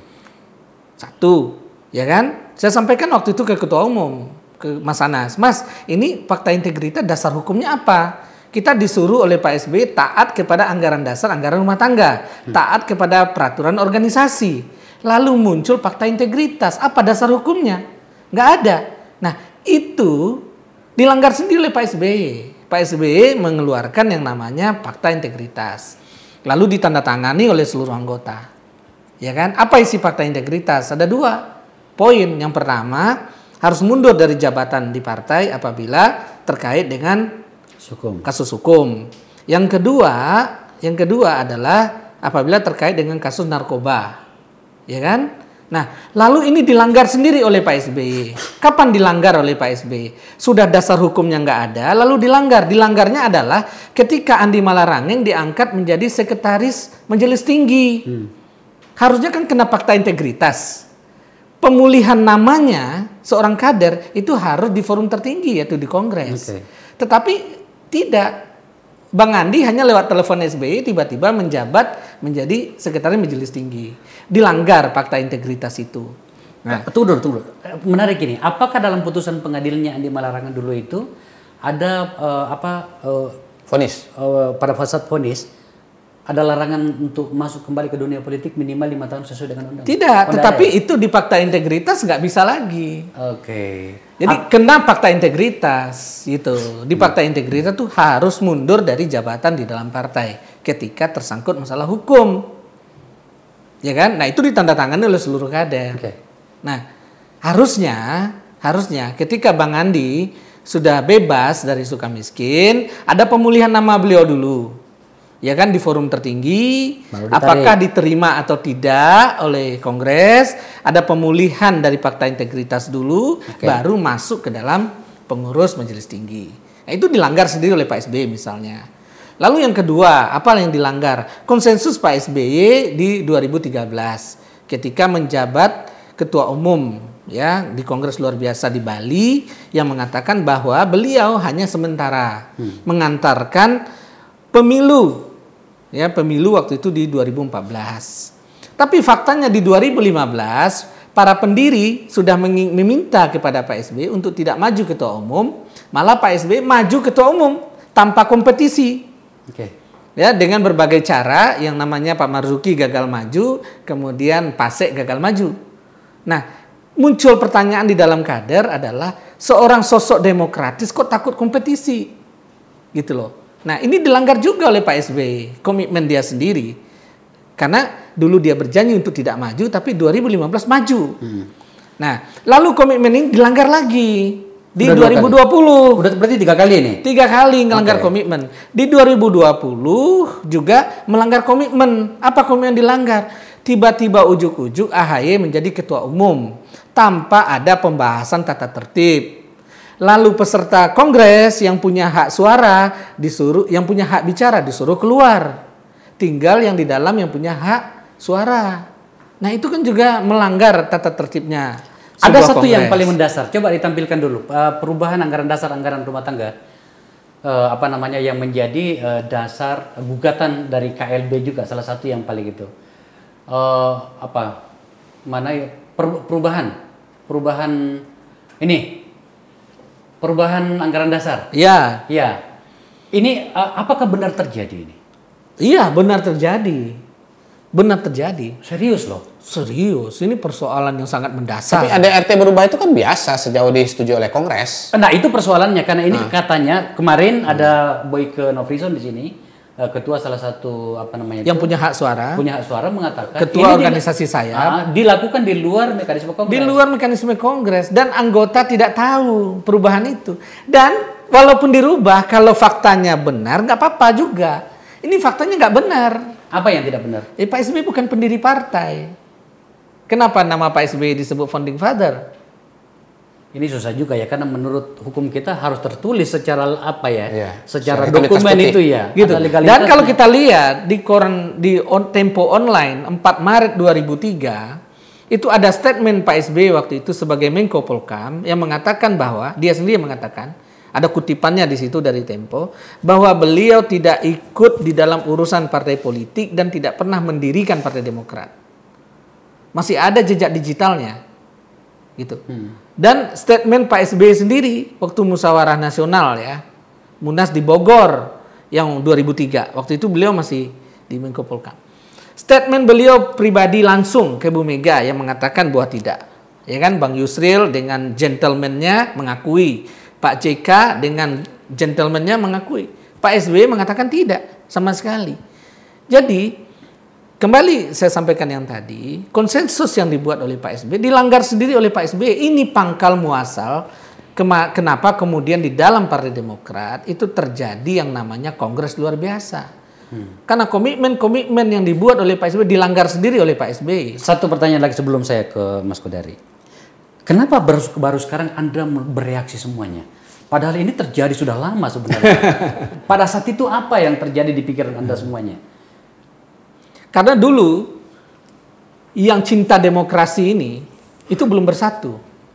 Satu, ya kan? Saya sampaikan waktu itu ke Ketua Umum, ke Mas Anas. Mas, ini fakta integritas dasar hukumnya apa? Kita disuruh oleh Pak SBY taat kepada anggaran dasar anggaran rumah tangga, taat kepada peraturan organisasi. Lalu muncul fakta integritas. Apa dasar hukumnya? Nggak ada. Nah, itu dilanggar sendiri oleh Pak SBY. Pak SBY mengeluarkan yang namanya fakta integritas. Lalu ditandatangani oleh seluruh anggota. Ya kan? Apa isi fakta integritas? Ada 2 poin. Yang pertama, harus mundur dari jabatan di partai apabila terkait dengan kasus hukum. Yang kedua adalah apabila terkait dengan kasus narkoba. Ya kan? Nah, lalu ini dilanggar sendiri oleh Pak SBY. Kapan dilanggar oleh Pak SBY? Sudah dasar hukumnya nggak ada, lalu dilanggar. Dilanggarnya adalah ketika Andi Malarangeng diangkat menjadi sekretaris Majelis Tinggi. Harusnya kan kena fakta integritas. Pemulihan namanya seorang kader itu harus di forum tertinggi, yaitu di Kongres. Okay. Tetapi tidak. Bang Andi hanya lewat telepon SBY tiba-tiba menjabat menjadi sekretaris Majelis Tinggi. Dilanggar fakta integritas itu. Nah, tunggu. Menarik ini. Apakah dalam putusan pengadilannya Andi Malarangeng dulu itu ada Vonis. pada fase vonis ada larangan untuk masuk kembali ke dunia politik minimal 5 tahun sesuai dengan undang? Tidak, tetapi itu di fakta integritas nggak bisa lagi. Oke. Jadi kena fakta integritas gitu. Di fakta integritas tuh harus mundur dari jabatan di dalam partai ketika tersangkut masalah hukum. Ya kan? Nah, itu ditandatangani oleh seluruh kader. Oke. Nah, harusnya ketika Bang Andi sudah bebas dari Sukamiskin, ada pemulihan nama beliau dulu. Ya kan, di forum tertinggi, apakah diterima atau tidak oleh Kongres, ada pemulihan dari fakta integritas dulu, baru masuk ke dalam pengurus Majelis Tinggi. Nah, itu dilanggar sendiri oleh Pak SBY misalnya. Lalu yang kedua, apa yang dilanggar? Konsensus Pak SBY di 2013 ketika menjabat Ketua Umum ya di Kongres luar biasa di Bali yang mengatakan bahwa beliau hanya sementara mengantarkan pemilu waktu itu di 2014. Tapi faktanya di 2015 para pendiri sudah meminta kepada Pak SBY untuk tidak maju ketua umum, malah Pak SBY maju ketua umum tanpa kompetisi. Ya, dengan berbagai cara yang namanya Pak Marzuki gagal maju, kemudian Pasek gagal maju. Nah, muncul pertanyaan di dalam kader adalah seorang sosok demokratis kok takut kompetisi? Gitu loh. Nah, ini dilanggar juga oleh Pak SBY, komitmen dia sendiri. Karena dulu dia berjanji untuk tidak maju, tapi 2015 maju. Nah, lalu komitmen ini dilanggar lagi di 2020. Udah berarti 3 kali ini? 3 kali melanggar komitmen. Di 2020 juga melanggar komitmen. Apa komitmen dilanggar? Tiba-tiba ujuk-ujuk AHY menjadi ketua umum tanpa ada pembahasan tata tertib. Lalu peserta kongres yang punya hak suara disuruh, yang punya hak bicara disuruh keluar. Tinggal yang di dalam yang punya hak suara. Nah, itu kan juga melanggar tata tertibnya. Ada satu kongres yang paling mendasar. Coba ditampilkan dulu perubahan anggaran dasar anggaran rumah tangga. Yang menjadi dasar gugatan dari KLB juga salah satu yang paling itu. Perubahan anggaran dasar. Ya. Ya. Ini apakah benar terjadi ini? Iya, benar terjadi. Benar terjadi. Serius loh. Serius, ini persoalan yang sangat mendasar. Tapi ADRT berubah itu kan biasa sejauh disetujui oleh Kongres. Nah, itu persoalannya karena ini katanya kemarin ada Boyke Nofrison di sini, ketua salah satu yang punya hak suara. Punya hak suara mengatakan ketua organisasi saya dilakukan di luar mekanisme Kongres. Di luar mekanisme Kongres dan anggota tidak tahu perubahan itu. Dan walaupun dirubah, kalau faktanya benar nggak apa-apa juga. Ini faktanya nggak benar. Apa yang tidak benar? Pak SBY bukan pendiri partai. Kenapa nama Pak SBY disebut founding father? Ini susah juga ya, karena menurut hukum kita harus tertulis secara apa ya? Iya, secara dokumen itu ya. Gitu. Dan kalau kita lihat di koran di Tempo Online 4 Maret 2003, itu ada statement Pak SBY waktu itu sebagai Menko Polkam yang mengatakan bahwa dia sendiri mengatakan, ada kutipannya di situ dari Tempo, bahwa beliau tidak ikut di dalam urusan partai politik dan tidak pernah mendirikan Partai Demokrat. Masih ada jejak digitalnya, gitu. Dan statement Pak SBY sendiri waktu musyawarah nasional ya, Munas di Bogor yang 2003, waktu itu beliau masih di Menko Polkam. Statement beliau pribadi langsung ke Bu Mega yang mengatakan bahwa tidak, ya kan, Bang Yusril dengan gentleman-nya mengakui, Pak JK dengan gentleman-nya mengakui, Pak SBY mengatakan tidak sama sekali. Jadi kembali saya sampaikan yang tadi, konsensus yang dibuat oleh Pak SBY dilanggar sendiri oleh Pak SBY. Ini pangkal muasal kenapa kemudian di dalam Partai Demokrat itu terjadi yang namanya Kongres luar biasa. Karena komitmen yang dibuat oleh Pak SBY dilanggar sendiri oleh Pak SBY. Satu pertanyaan lagi sebelum saya ke Mas Kodari. Kenapa baru sekarang Anda bereaksi semuanya? Padahal ini terjadi sudah lama sebenarnya. Pada saat itu apa yang terjadi di pikiran Anda semuanya? Karena dulu yang cinta demokrasi ini itu belum bersatu.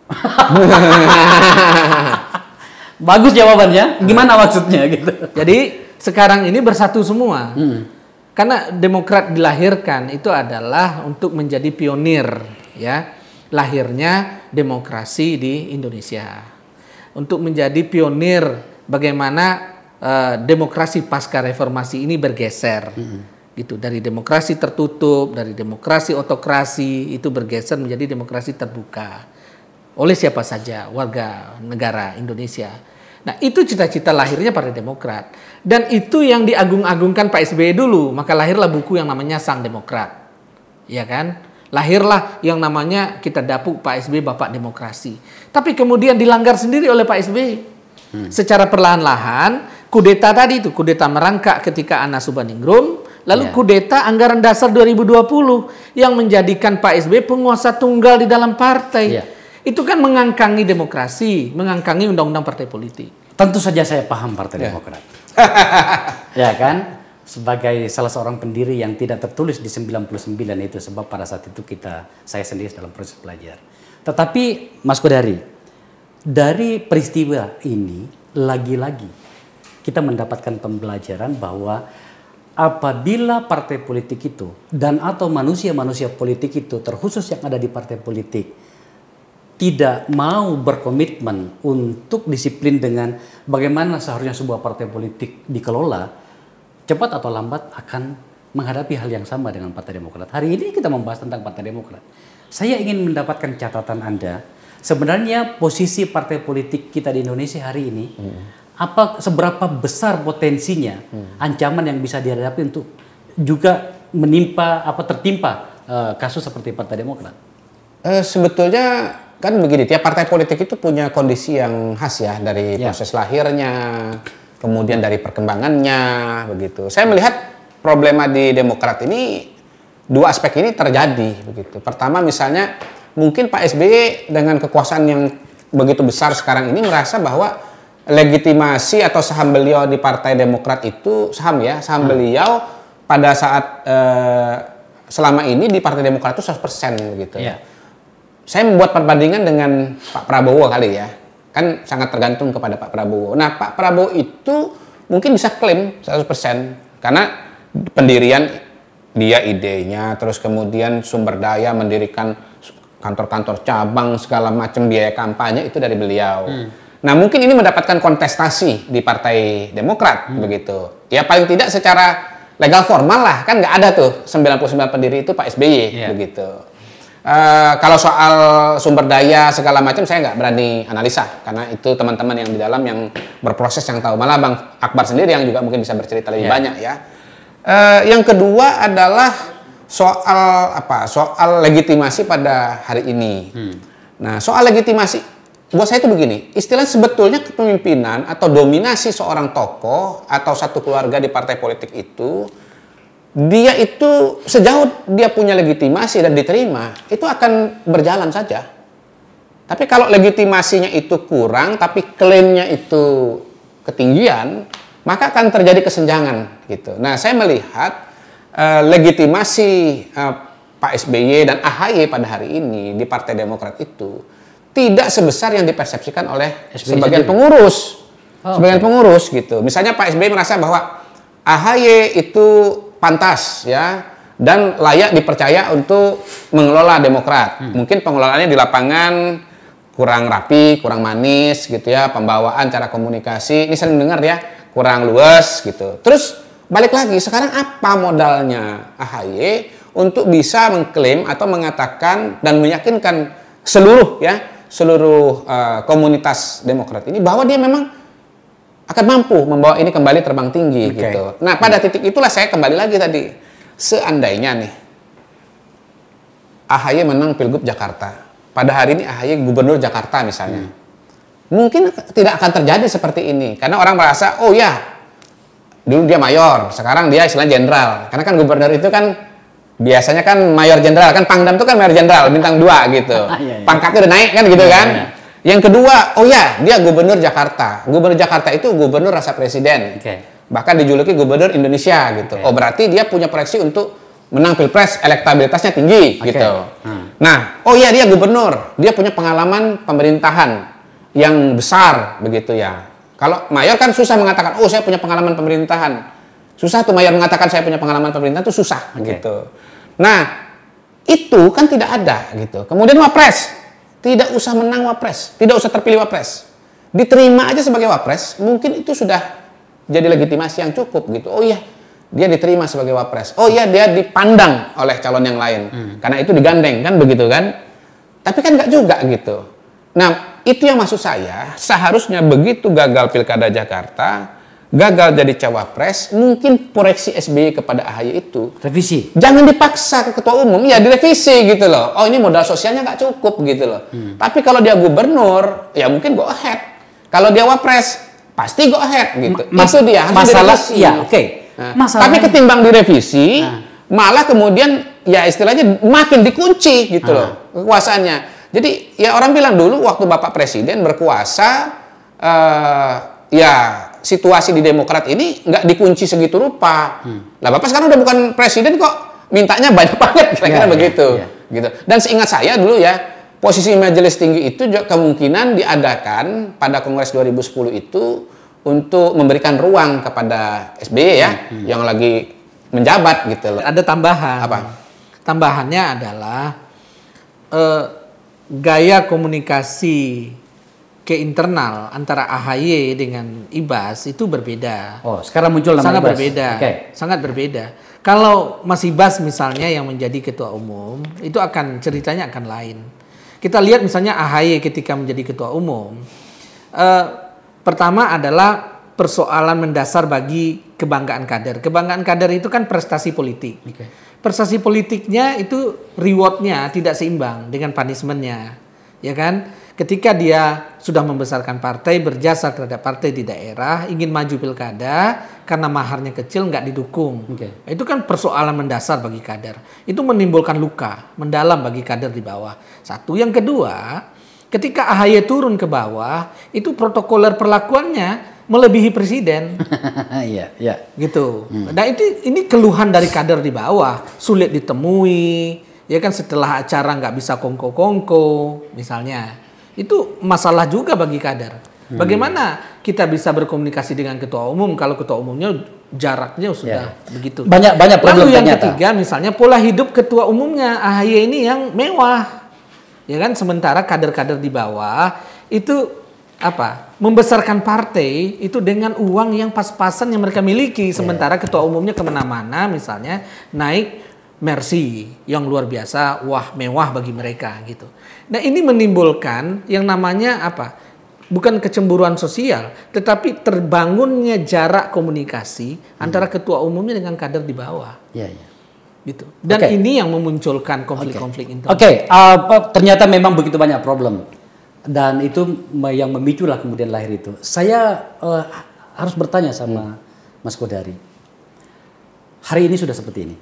Bagus jawabannya. Gimana maksudnya gitu? Jadi sekarang ini bersatu semua. Karena Demokrat dilahirkan itu adalah untuk menjadi pionir, ya, lahirnya demokrasi di Indonesia. Untuk menjadi pionir bagaimana demokrasi pasca reformasi ini bergeser. Gitu, dari demokrasi tertutup, dari demokrasi otokrasi itu bergeser menjadi demokrasi terbuka oleh siapa saja warga negara Indonesia. Nah, itu cita-cita lahirnya Partai Demokrat dan itu yang diagung-agungkan Pak SBY dulu, maka lahirlah buku yang namanya Sang Demokrat, ya kan? Lahirlah yang namanya kita dapuk Pak SBY Bapak Demokrasi. Tapi kemudian dilanggar sendiri oleh Pak SBY. Secara perlahan-lahan kudeta tadi itu, kudeta merangkak ketika Anas Urbaningrum. Lalu kudeta anggaran dasar 2020 yang menjadikan Pak SBY penguasa tunggal di dalam partai. Itu kan mengangkangi demokrasi, mengangkangi undang-undang partai politik. Tentu saja saya paham Partai Demokrat. Ya kan? Sebagai salah seorang pendiri yang tidak tertulis di 99 itu, sebab pada saat itu saya sendiri dalam proses belajar. Tetapi Mas Kodari, dari peristiwa ini lagi-lagi kita mendapatkan pembelajaran bahwa apabila partai politik itu dan atau manusia-manusia politik itu, terkhusus yang ada di partai politik, tidak mau berkomitmen untuk disiplin dengan bagaimana seharusnya sebuah partai politik dikelola, cepat atau lambat akan menghadapi hal yang sama dengan Partai Demokrat. Hari ini kita membahas tentang Partai Demokrat. Saya ingin mendapatkan catatan Anda, sebenarnya posisi partai politik kita di Indonesia hari ini, seberapa besar potensinya ancaman yang bisa dihadapi untuk juga tertimpa kasus seperti Partai Demokrat? Sebetulnya kan begini, tiap partai politik itu punya kondisi yang khas ya, dari proses lahirnya, kemudian dari perkembangannya, begitu. Saya melihat problema di Demokrat ini, dua aspek ini terjadi, begitu. Pertama misalnya, mungkin Pak SBY dengan kekuasaan yang begitu besar sekarang ini merasa bahwa legitimasi atau saham beliau di Partai Demokrat itu, saham beliau pada saat selama ini di Partai Demokrat itu 100% begitu. Saya membuat perbandingan dengan Pak Prabowo kali ya. Kan sangat tergantung kepada Pak Prabowo. Nah, Pak Prabowo itu mungkin bisa klaim 100% karena pendirian dia, idenya, terus kemudian sumber daya mendirikan kantor-kantor cabang, segala macam biaya kampanye itu dari beliau. Nah, mungkin ini mendapatkan kontestasi di Partai Demokrat begitu. Ya paling tidak secara legal formal lah, kan nggak ada tuh 99 pendiri itu Pak SBY begitu. Kalau soal sumber daya segala macam saya nggak berani analisa karena itu teman-teman yang di dalam yang berproses yang tahu. Malah Bang Akbar sendiri yang juga mungkin bisa bercerita lebih banyak ya. Yang kedua adalah soal legitimasi pada hari ini. Nah, soal legitimasi buat saya itu begini, istilah sebetulnya kepemimpinan atau dominasi seorang tokoh atau satu keluarga di partai politik itu, dia itu sejauh dia punya legitimasi dan diterima, itu akan berjalan saja. Tapi kalau legitimasinya itu kurang, tapi klaimnya itu ketinggian, maka akan terjadi kesenjangan gitu. Nah, saya melihat legitimasi Pak SBY dan AHY pada hari ini di Partai Demokrat itu tidak sebesar yang dipersepsikan oleh sebagian pengurus. Sebagian pengurus gitu. Misalnya Pak SBY merasa bahwa AHY itu pantas ya dan layak dipercaya untuk mengelola Demokrat. Mungkin pengelolaannya di lapangan kurang rapi, kurang manis gitu ya, pembawaan cara komunikasi ini sering dengar ya, kurang luas gitu. Terus balik lagi, sekarang apa modalnya AHY untuk bisa mengklaim atau mengatakan dan meyakinkan seluruh komunitas Demokrat ini bahwa dia memang akan mampu membawa ini kembali terbang tinggi gitu. Nah, pada titik itulah saya kembali lagi tadi. Seandainya nih AHY menang Pilgub Jakarta. Pada hari ini AHY Gubernur Jakarta misalnya. Mungkin tidak akan terjadi seperti ini karena orang merasa, oh ya, dulu dia mayor, sekarang dia istilahnya jenderal. Karena kan gubernur itu kan biasanya kan mayor jenderal, kan Pangdam itu kan mayor jenderal bintang 2 gitu. Pangkatnya udah naik kan gitu kan. Yang kedua, oh ya, dia Gubernur Jakarta. Gubernur Jakarta itu gubernur rasa presiden. Bahkan dijuluki Gubernur Indonesia gitu. Oh, berarti dia punya proyeksi untuk menang Pilpres, elektabilitasnya tinggi gitu. Nah, oh ya, dia gubernur. Dia punya pengalaman pemerintahan yang besar begitu ya. Kalau mayor kan susah mengatakan, oh saya punya pengalaman pemerintahan. Susah tuh mayor mengatakan saya punya pengalaman pemerintahan itu susah gitu. Nah, itu kan tidak ada gitu. Kemudian Wapres. Tidak usah menang Wapres, tidak usah terpilih Wapres. Diterima aja sebagai Wapres, mungkin itu sudah jadi legitimasi yang cukup gitu. Oh iya, dia diterima sebagai Wapres. Oh iya, dia dipandang oleh calon yang lain. Karena itu digandeng kan begitu kan. Tapi kan nggak juga gitu. Nah, itu yang maksud saya, seharusnya begitu gagal Pilkada Jakarta, gagal jadi cawapres, mungkin proyeksi SBY kepada AHY itu revisi. Jangan dipaksa ke ketua umum, ya direvisi gitu loh. Oh ini modal sosialnya nggak cukup gitu loh. Tapi kalau dia gubernur, ya mungkin go ahead. Kalau dia wapres, pasti go ahead gitu. Itu dia harus masalah, direvisi. ya oke. Tapi ketimbang direvisi, malah kemudian ya istilahnya makin dikunci gitu loh kekuasaannya. Jadi ya orang bilang dulu waktu Bapak Presiden berkuasa, ya situasi di Demokrat ini nggak dikunci segitu rupa. Lah Bapak sekarang udah bukan presiden kok, mintanya banyak banget kira-kira begitu. Gitu. Dan seingat saya dulu ya, posisi majelis tinggi itu juga kemungkinan diadakan pada Kongres 2010 itu untuk memberikan ruang kepada SBY ya, yang lagi menjabat gitu loh. Ada tambahan. Apa? Tambahannya adalah gaya komunikasi ke internal antara AHY dengan Ibas itu berbeda. Oh, sekarang muncul nama sangat Ibas. Berbeda. Sangat berbeda. Kalau Mas Ibas misalnya yang menjadi ketua umum, itu akan ceritanya akan lain. Kita lihat misalnya AHY ketika menjadi ketua umum. Pertama adalah persoalan mendasar bagi kebanggaan kader. Kebanggaan kader itu kan prestasi politik. Prestasi politiknya itu rewardnya tidak seimbang dengan punishment-nya. Ya kan? Ketika dia sudah membesarkan partai, berjasa terhadap partai di daerah, ingin maju pilkada, karena maharnya kecil nggak didukung. Itu kan persoalan mendasar bagi kader. Itu menimbulkan luka mendalam bagi kader di bawah. Satu. Yang kedua, ketika AHY turun ke bawah, itu protokoler perlakuannya melebihi presiden. Gitu. Nah ini keluhan dari kader di bawah, sulit ditemui. Ya kan setelah acara nggak bisa kongko-kongko misalnya. Itu masalah juga bagi kader. Bagaimana kita bisa berkomunikasi dengan ketua umum kalau ketua umumnya jaraknya sudah begitu. Banyak problem. Lalu yang ketiga misalnya pola hidup ketua umumnya AHY ini yang mewah. Ya kan sementara kader-kader di bawah itu membesarkan partai itu dengan uang yang pas-pasan yang mereka miliki, sementara ketua umumnya kemana-mana misalnya naik Mercy yang luar biasa, wah mewah bagi mereka gitu. Nah ini menimbulkan yang namanya bukan kecemburuan sosial, tetapi terbangunnya jarak komunikasi antara ketua umumnya dengan kader di bawah. Gitu. Dan ini yang memunculkan konflik-konflik internal. Ternyata memang begitu banyak problem. Dan itu yang memiculah kemudian lahir itu. Saya harus bertanya sama Mas Kodari. Hari ini sudah seperti ini.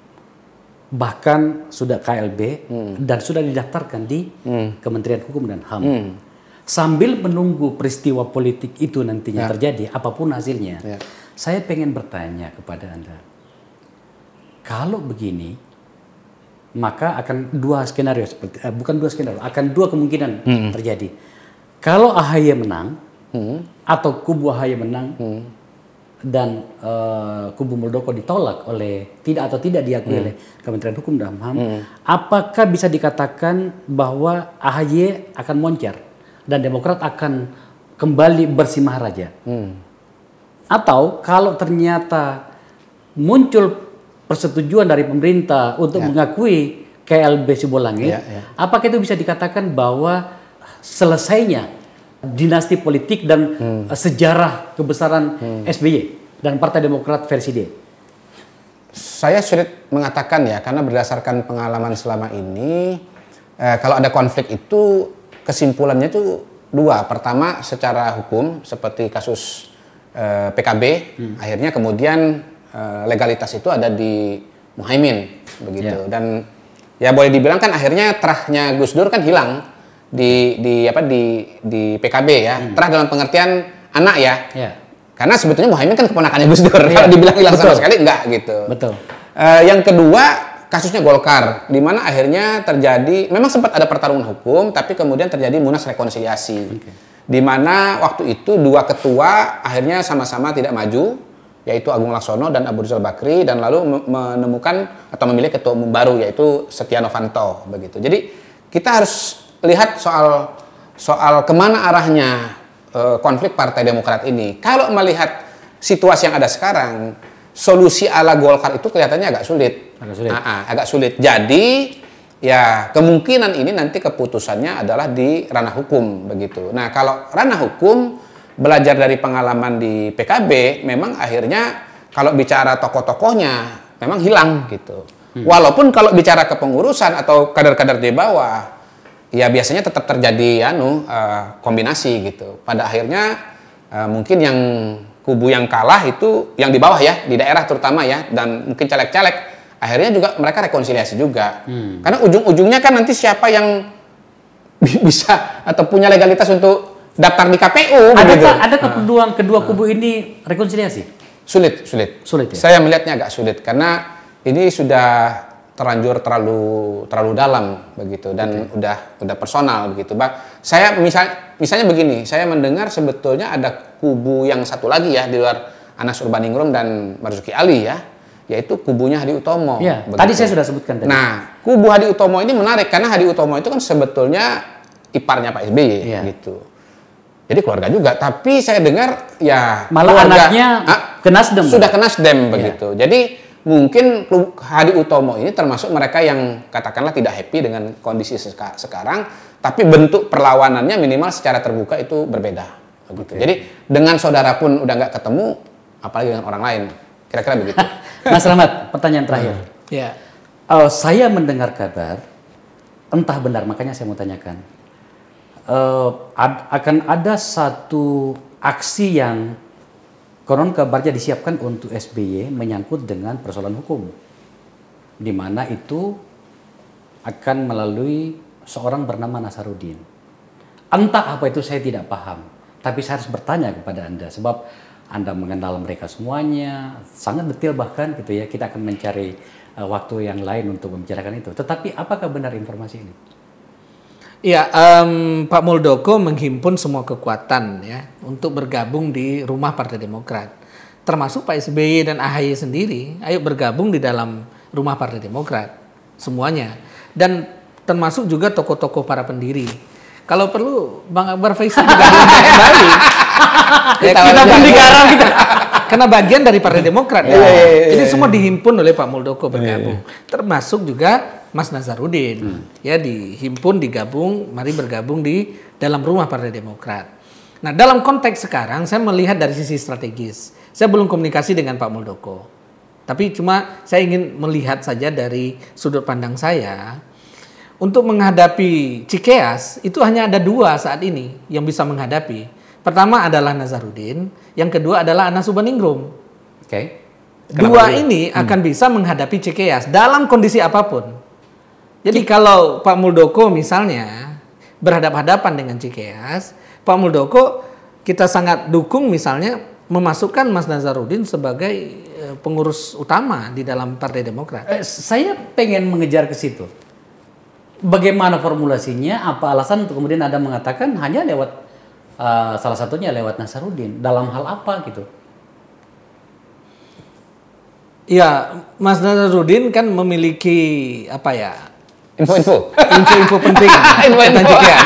Bahkan sudah KLB dan sudah didaftarkan di Kementerian Hukum dan HAM. Sambil menunggu peristiwa politik itu nantinya terjadi, apapun hasilnya. Saya pengen bertanya kepada Anda. Kalau begini, maka akan dua skenario akan dua kemungkinan terjadi. Kalau AHY menang atau kubu AHY menang dan kubu Muldoko ditolak oleh tidak diakui oleh Kementerian Hukum dan HAM, apakah bisa dikatakan bahwa AHY akan moncer dan Demokrat akan kembali bersimaharaja? Atau kalau ternyata muncul persetujuan dari pemerintah untuk mengakui KLB Sibolangit, apakah itu bisa dikatakan bahwa selesainya dinasti politik dan sejarah kebesaran SBY dan Partai Demokrat versi D? Saya sulit mengatakan ya, karena berdasarkan pengalaman selama ini, kalau ada konflik itu kesimpulannya itu dua. Pertama secara hukum seperti kasus PKB, akhirnya kemudian legalitas itu ada di Muhaimin begitu. Dan ya boleh dibilang kan akhirnya terahnya Gus Dur kan hilang di PKB ya. Terah dalam pengertian anak ya. Karena sebetulnya Muhaimin kan keponakannya Gus Dur. Kalau dibilang hilang sama sekali enggak gitu. Yang kedua kasusnya Golkar, di mana akhirnya terjadi, memang sempat ada pertarungan hukum, tapi kemudian terjadi munas rekonsiliasi, di mana waktu itu dua ketua akhirnya sama-sama tidak maju, yaitu Agung Laksono dan Abu Rizal Bakri, dan lalu menemukan atau memilih ketua umum baru, yaitu Setia Novanto begitu. Jadi kita harus lihat soal kemana arahnya konflik Partai Demokrat ini. Kalau melihat situasi yang ada sekarang, solusi ala Golkar itu kelihatannya agak sulit. Agak sulit. Jadi ya kemungkinan ini nanti keputusannya adalah di ranah hukum begitu. Nah kalau ranah hukum, belajar dari pengalaman di PKB, memang akhirnya kalau bicara tokoh-tokohnya memang hilang gitu. Walaupun kalau bicara kepengurusan atau kader-kader di bawah, ya biasanya tetap terjadi kombinasi gitu. Pada akhirnya mungkin yang kubu yang kalah itu yang di bawah ya, di daerah terutama ya, dan mungkin caleg-caleg, akhirnya juga mereka rekonsiliasi juga. Karena ujung-ujungnya kan nanti siapa yang bisa atau punya legalitas untuk daftar di KPU. Adakah kedua kubu ini rekonsiliasi? Sulit ya? Saya melihatnya agak sulit karena ini sudah terlanjur terlalu dalam begitu, dan udah personal begitu. Saya misalnya begini, saya mendengar sebetulnya ada kubu yang satu lagi ya di luar Anas Urbaningrum dan Marzuki Ali ya, yaitu kubunya Hadi Utomo. Ya, tadi saya sudah sebutkan tadi. Nah, kubu Hadi Utomo ini menarik karena Hadi Utomo itu kan sebetulnya iparnya Pak SBY gitu. Jadi keluarga juga, tapi saya dengar ya malah anaknya ke Nasdem. Sudah ke Nasdem begitu. Jadi mungkin Hadi Utomo ini termasuk mereka yang katakanlah tidak happy dengan kondisi sekarang, tapi bentuk perlawanannya minimal secara terbuka itu berbeda begitu. Jadi dengan saudara pun udah nggak ketemu, apalagi dengan orang lain. Kira-kira begitu. Mas Rahmat, pertanyaan terakhir. Saya mendengar kabar, entah benar, makanya saya mau tanyakan. Akan ada satu aksi yang konon kabarnya disiapkan untuk SBY menyangkut dengan persoalan hukum, di mana itu akan melalui seorang bernama Nasaruddin. Entah apa itu, saya tidak paham, tapi saya harus bertanya kepada Anda sebab Anda mengenal mereka semuanya sangat detail bahkan gitu ya. Kita akan mencari waktu yang lain untuk membicarakan itu. Tetapi apakah benar informasi ini? Ya, Pak Muldoko menghimpun semua kekuatan ya untuk bergabung di rumah Partai Demokrat. Termasuk Pak SBY dan AHY sendiri, ayo bergabung di dalam rumah Partai Demokrat semuanya. Dan termasuk juga tokoh-tokoh para pendiri. Kalau perlu Bang Akbar Faisal juga diundang kembali. Kita pun digarang kita. Karena bagian dari Partai Demokrat. Ini semua dihimpun oleh Pak Muldoko bergabung. Termasuk juga Mas Nazarudin. Ya dihimpun, digabung, mari bergabung di dalam rumah Partai Demokrat. Nah, dalam konteks sekarang saya melihat dari sisi strategis. Saya belum komunikasi dengan Pak Muldoko. Tapi cuma saya ingin melihat saja dari sudut pandang saya. Untuk menghadapi Cikeas, itu hanya ada 2 saat ini yang bisa menghadapi. Pertama adalah Nazarudin, yang kedua adalah Anas Urbaningrum. Oke. Dua ini akan bisa menghadapi Cikeas dalam kondisi apapun. Jadi kalau Pak Muldoko misalnya berhadapan-hadapan dengan Cikeas, Pak Muldoko kita sangat dukung misalnya memasukkan Mas Nazarudin sebagai pengurus utama di dalam Partai Demokrat. Saya pengen mengejar ke situ. Bagaimana formulasinya? Apa alasan untuk kemudian Anda mengatakan hanya lewat salah satunya lewat Nazarudin? Dalam hal apa gitu? Ya, Mas Nazarudin kan memiliki apa ya? Info-info penting tentang Cikeas.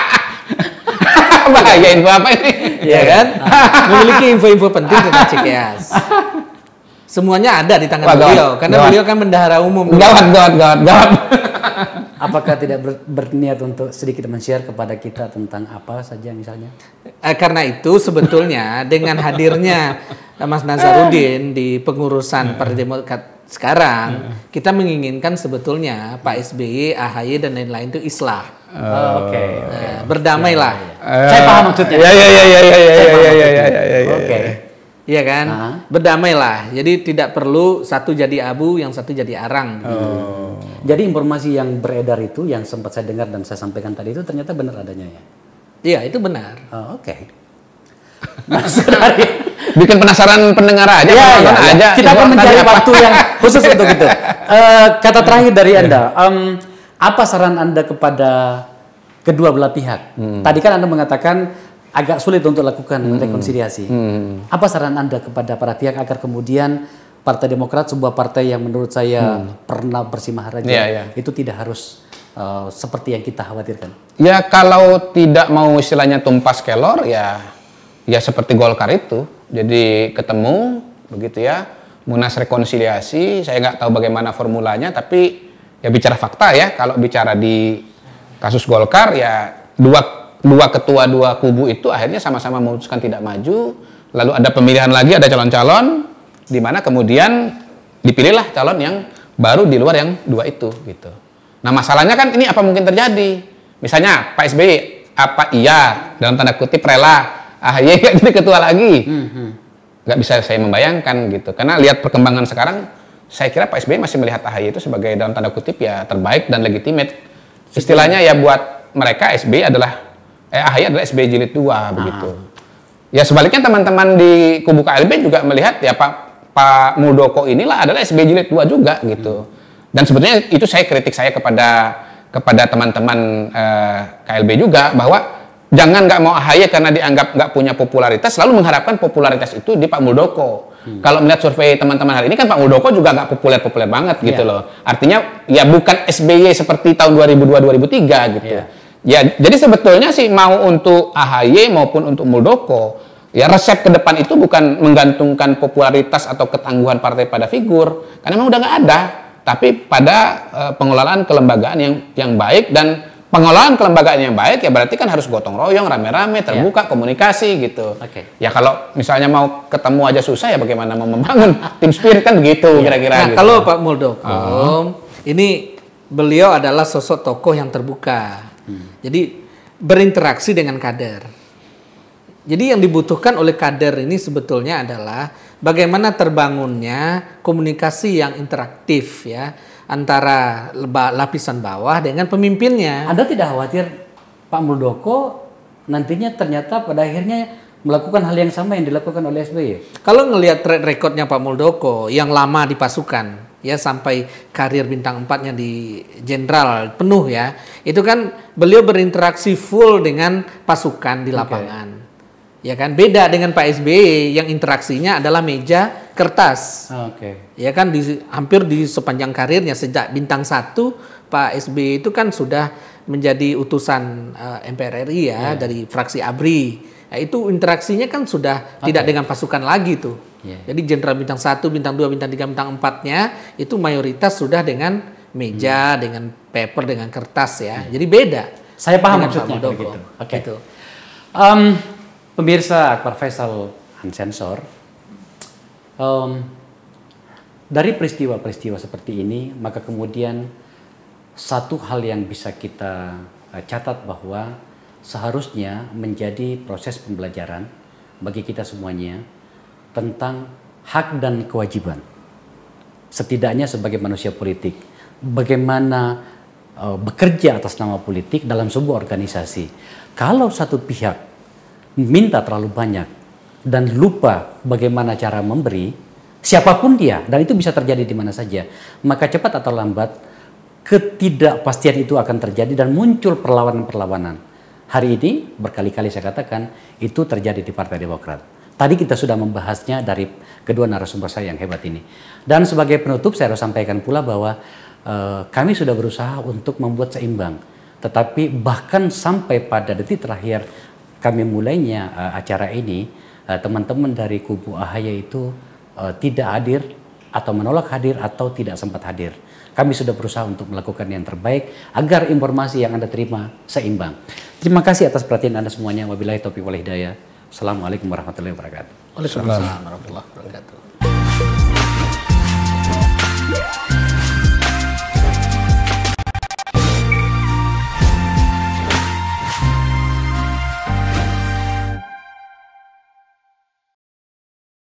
Bahaya info apa ini? Ya kan? Memiliki info-info penting tentang Cikeas. Semuanya ada di tangan beliau karena beliau kan bendahara umum. Gawat. Apakah tidak berniat untuk sedikit men-share kepada kita tentang apa saja misalnya? Karena itu sebetulnya dengan hadirnya Mas Nazarudin di pengurusan Partai Demokrat sekarang, kita menginginkan sebetulnya Pak SBY, AHY dan lain-lain itu islah. Oke. Berdamailah. Saya paham maksudnya. Oke. Iya kan? Berdamailah. Jadi tidak perlu satu jadi abu, yang satu jadi arang. Jadi informasi yang beredar itu, yang sempat saya dengar dan saya sampaikan tadi itu ternyata benar adanya ya? Iya, itu benar. Oke. Bikin penasaran pendengar aja. Aja. Kita akan mencari waktu yang khusus untuk itu. Kata terakhir dari Anda, apa saran Anda kepada kedua belah pihak? Tadi kan Anda mengatakan agak sulit untuk lakukan rekonsiliasi. Apa saran Anda kepada para pihak agar kemudian Partai Demokrat, sebuah partai yang menurut saya pernah bersimaharaja, itu tidak harus seperti yang kita khawatirkan? Ya kalau tidak mau istilahnya tumpas kelor, ya seperti Golkar itu. Jadi ketemu, begitu ya, munas rekonsiliasi. Saya nggak tahu bagaimana formulanya, tapi ya bicara fakta ya. Kalau bicara di kasus Golkar, ya dua ketua dua kubu itu akhirnya sama-sama memutuskan tidak maju. Lalu ada pemilihan lagi, ada calon-calon, di mana kemudian dipilihlah calon yang baru di luar yang 2 itu gitu. Nah masalahnya kan ini apa mungkin terjadi? Misalnya Pak SBY apa iya dalam tanda kutip rela AHY nggak jadi ketua lagi? Nggak bisa saya membayangkan gitu. Karena lihat perkembangan sekarang, saya kira Pak SBY masih melihat AHY itu sebagai dalam tanda kutip ya terbaik dan legitimate. Istilahnya ya buat mereka SBY adalah AHY adalah SBY jilid 2 begitu. Ya sebaliknya teman-teman di kubu KLB juga melihat ya Pak Muldoko inilah adalah SBY jilid 2 juga gitu. Dan sebetulnya itu kritik saya kepada teman-teman KLB juga bahwa jangan nggak mau AHY karena dianggap nggak punya popularitas lalu mengharapkan popularitas itu di Pak Muldoko. Kalau melihat survei teman-teman hari ini kan Pak Muldoko juga nggak populer banget gitu loh. Artinya ya bukan SBY seperti tahun 2002-2003 gitu. Ya, jadi sebetulnya sih mau untuk AHY maupun untuk Muldoko, ya resep ke depan itu bukan menggantungkan popularitas atau ketangguhan partai pada figur, karena memang udah nggak ada, tapi pada pengelolaan kelembagaan yang baik, dan pengelolaan kelembagaan yang baik ya berarti kan harus gotong royong, rame-rame, terbuka, komunikasi gitu. Ya kalau misalnya mau ketemu aja susah ya bagaimana mau membangun tim spirit kan begitu kira-kira. Nah gitu. kalau Pak Muldoko, ini beliau adalah sosok tokoh yang terbuka. Jadi berinteraksi dengan kader. Jadi yang dibutuhkan oleh kader ini sebetulnya adalah bagaimana terbangunnya komunikasi yang interaktif ya antara lapisan bawah dengan pemimpinnya. Anda tidak khawatir Pak Muldoko nantinya ternyata pada akhirnya melakukan hal yang sama yang dilakukan oleh SBY? Kalau ngelihat track recordnya Pak Muldoko yang lama di pasukan, ya sampai karir bintang 4-nya di jenderal penuh ya, itu kan beliau berinteraksi full dengan pasukan di lapangan. Ya kan, beda dengan Pak SBY yang interaksinya adalah meja kertas. Ya kan hampir di sepanjang karirnya sejak bintang 1 Pak SBY itu kan sudah menjadi utusan MPR RI ya dari fraksi ABRI. Nah, itu interaksinya kan sudah tidak dengan pasukan lagi tuh. Jadi Jenderal Bintang 1, Bintang 2, Bintang 3, Bintang 4-nya itu mayoritas sudah dengan meja, dengan paper, dengan kertas ya. Jadi beda. Saya paham maksudnya begitu. Oke. Gitu. Pemirsa Akbar Faisal Unsensor, dari peristiwa-peristiwa seperti ini, maka kemudian satu hal yang bisa kita catat bahwa seharusnya menjadi proses pembelajaran bagi kita semuanya tentang hak dan kewajiban. Setidaknya sebagai manusia politik, bagaimana bekerja atas nama politik dalam sebuah organisasi. Kalau satu pihak minta terlalu banyak dan lupa bagaimana cara memberi, siapapun dia, dan itu bisa terjadi di mana saja, maka cepat atau lambat ketidakpastian itu akan terjadi dan muncul perlawanan-perlawanan. Hari ini berkali-kali saya katakan itu terjadi di Partai Demokrat. Tadi kita sudah membahasnya dari kedua narasumber saya yang hebat ini. Dan sebagai penutup saya harus sampaikan pula bahwa kami sudah berusaha untuk membuat seimbang. Tetapi bahkan sampai pada detik terakhir kami mulainya acara ini, teman-teman dari kubu AHY itu tidak hadir atau menolak hadir atau tidak sempat hadir. Kami sudah berusaha untuk melakukan yang terbaik agar informasi yang Anda terima seimbang. Terima kasih atas perhatian Anda semuanya. Wabillahi taufiq wal hidayah. Assalamualaikum warahmatullahi wabarakatuh. Waalaikumsalam warahmatullahi wabarakatuh.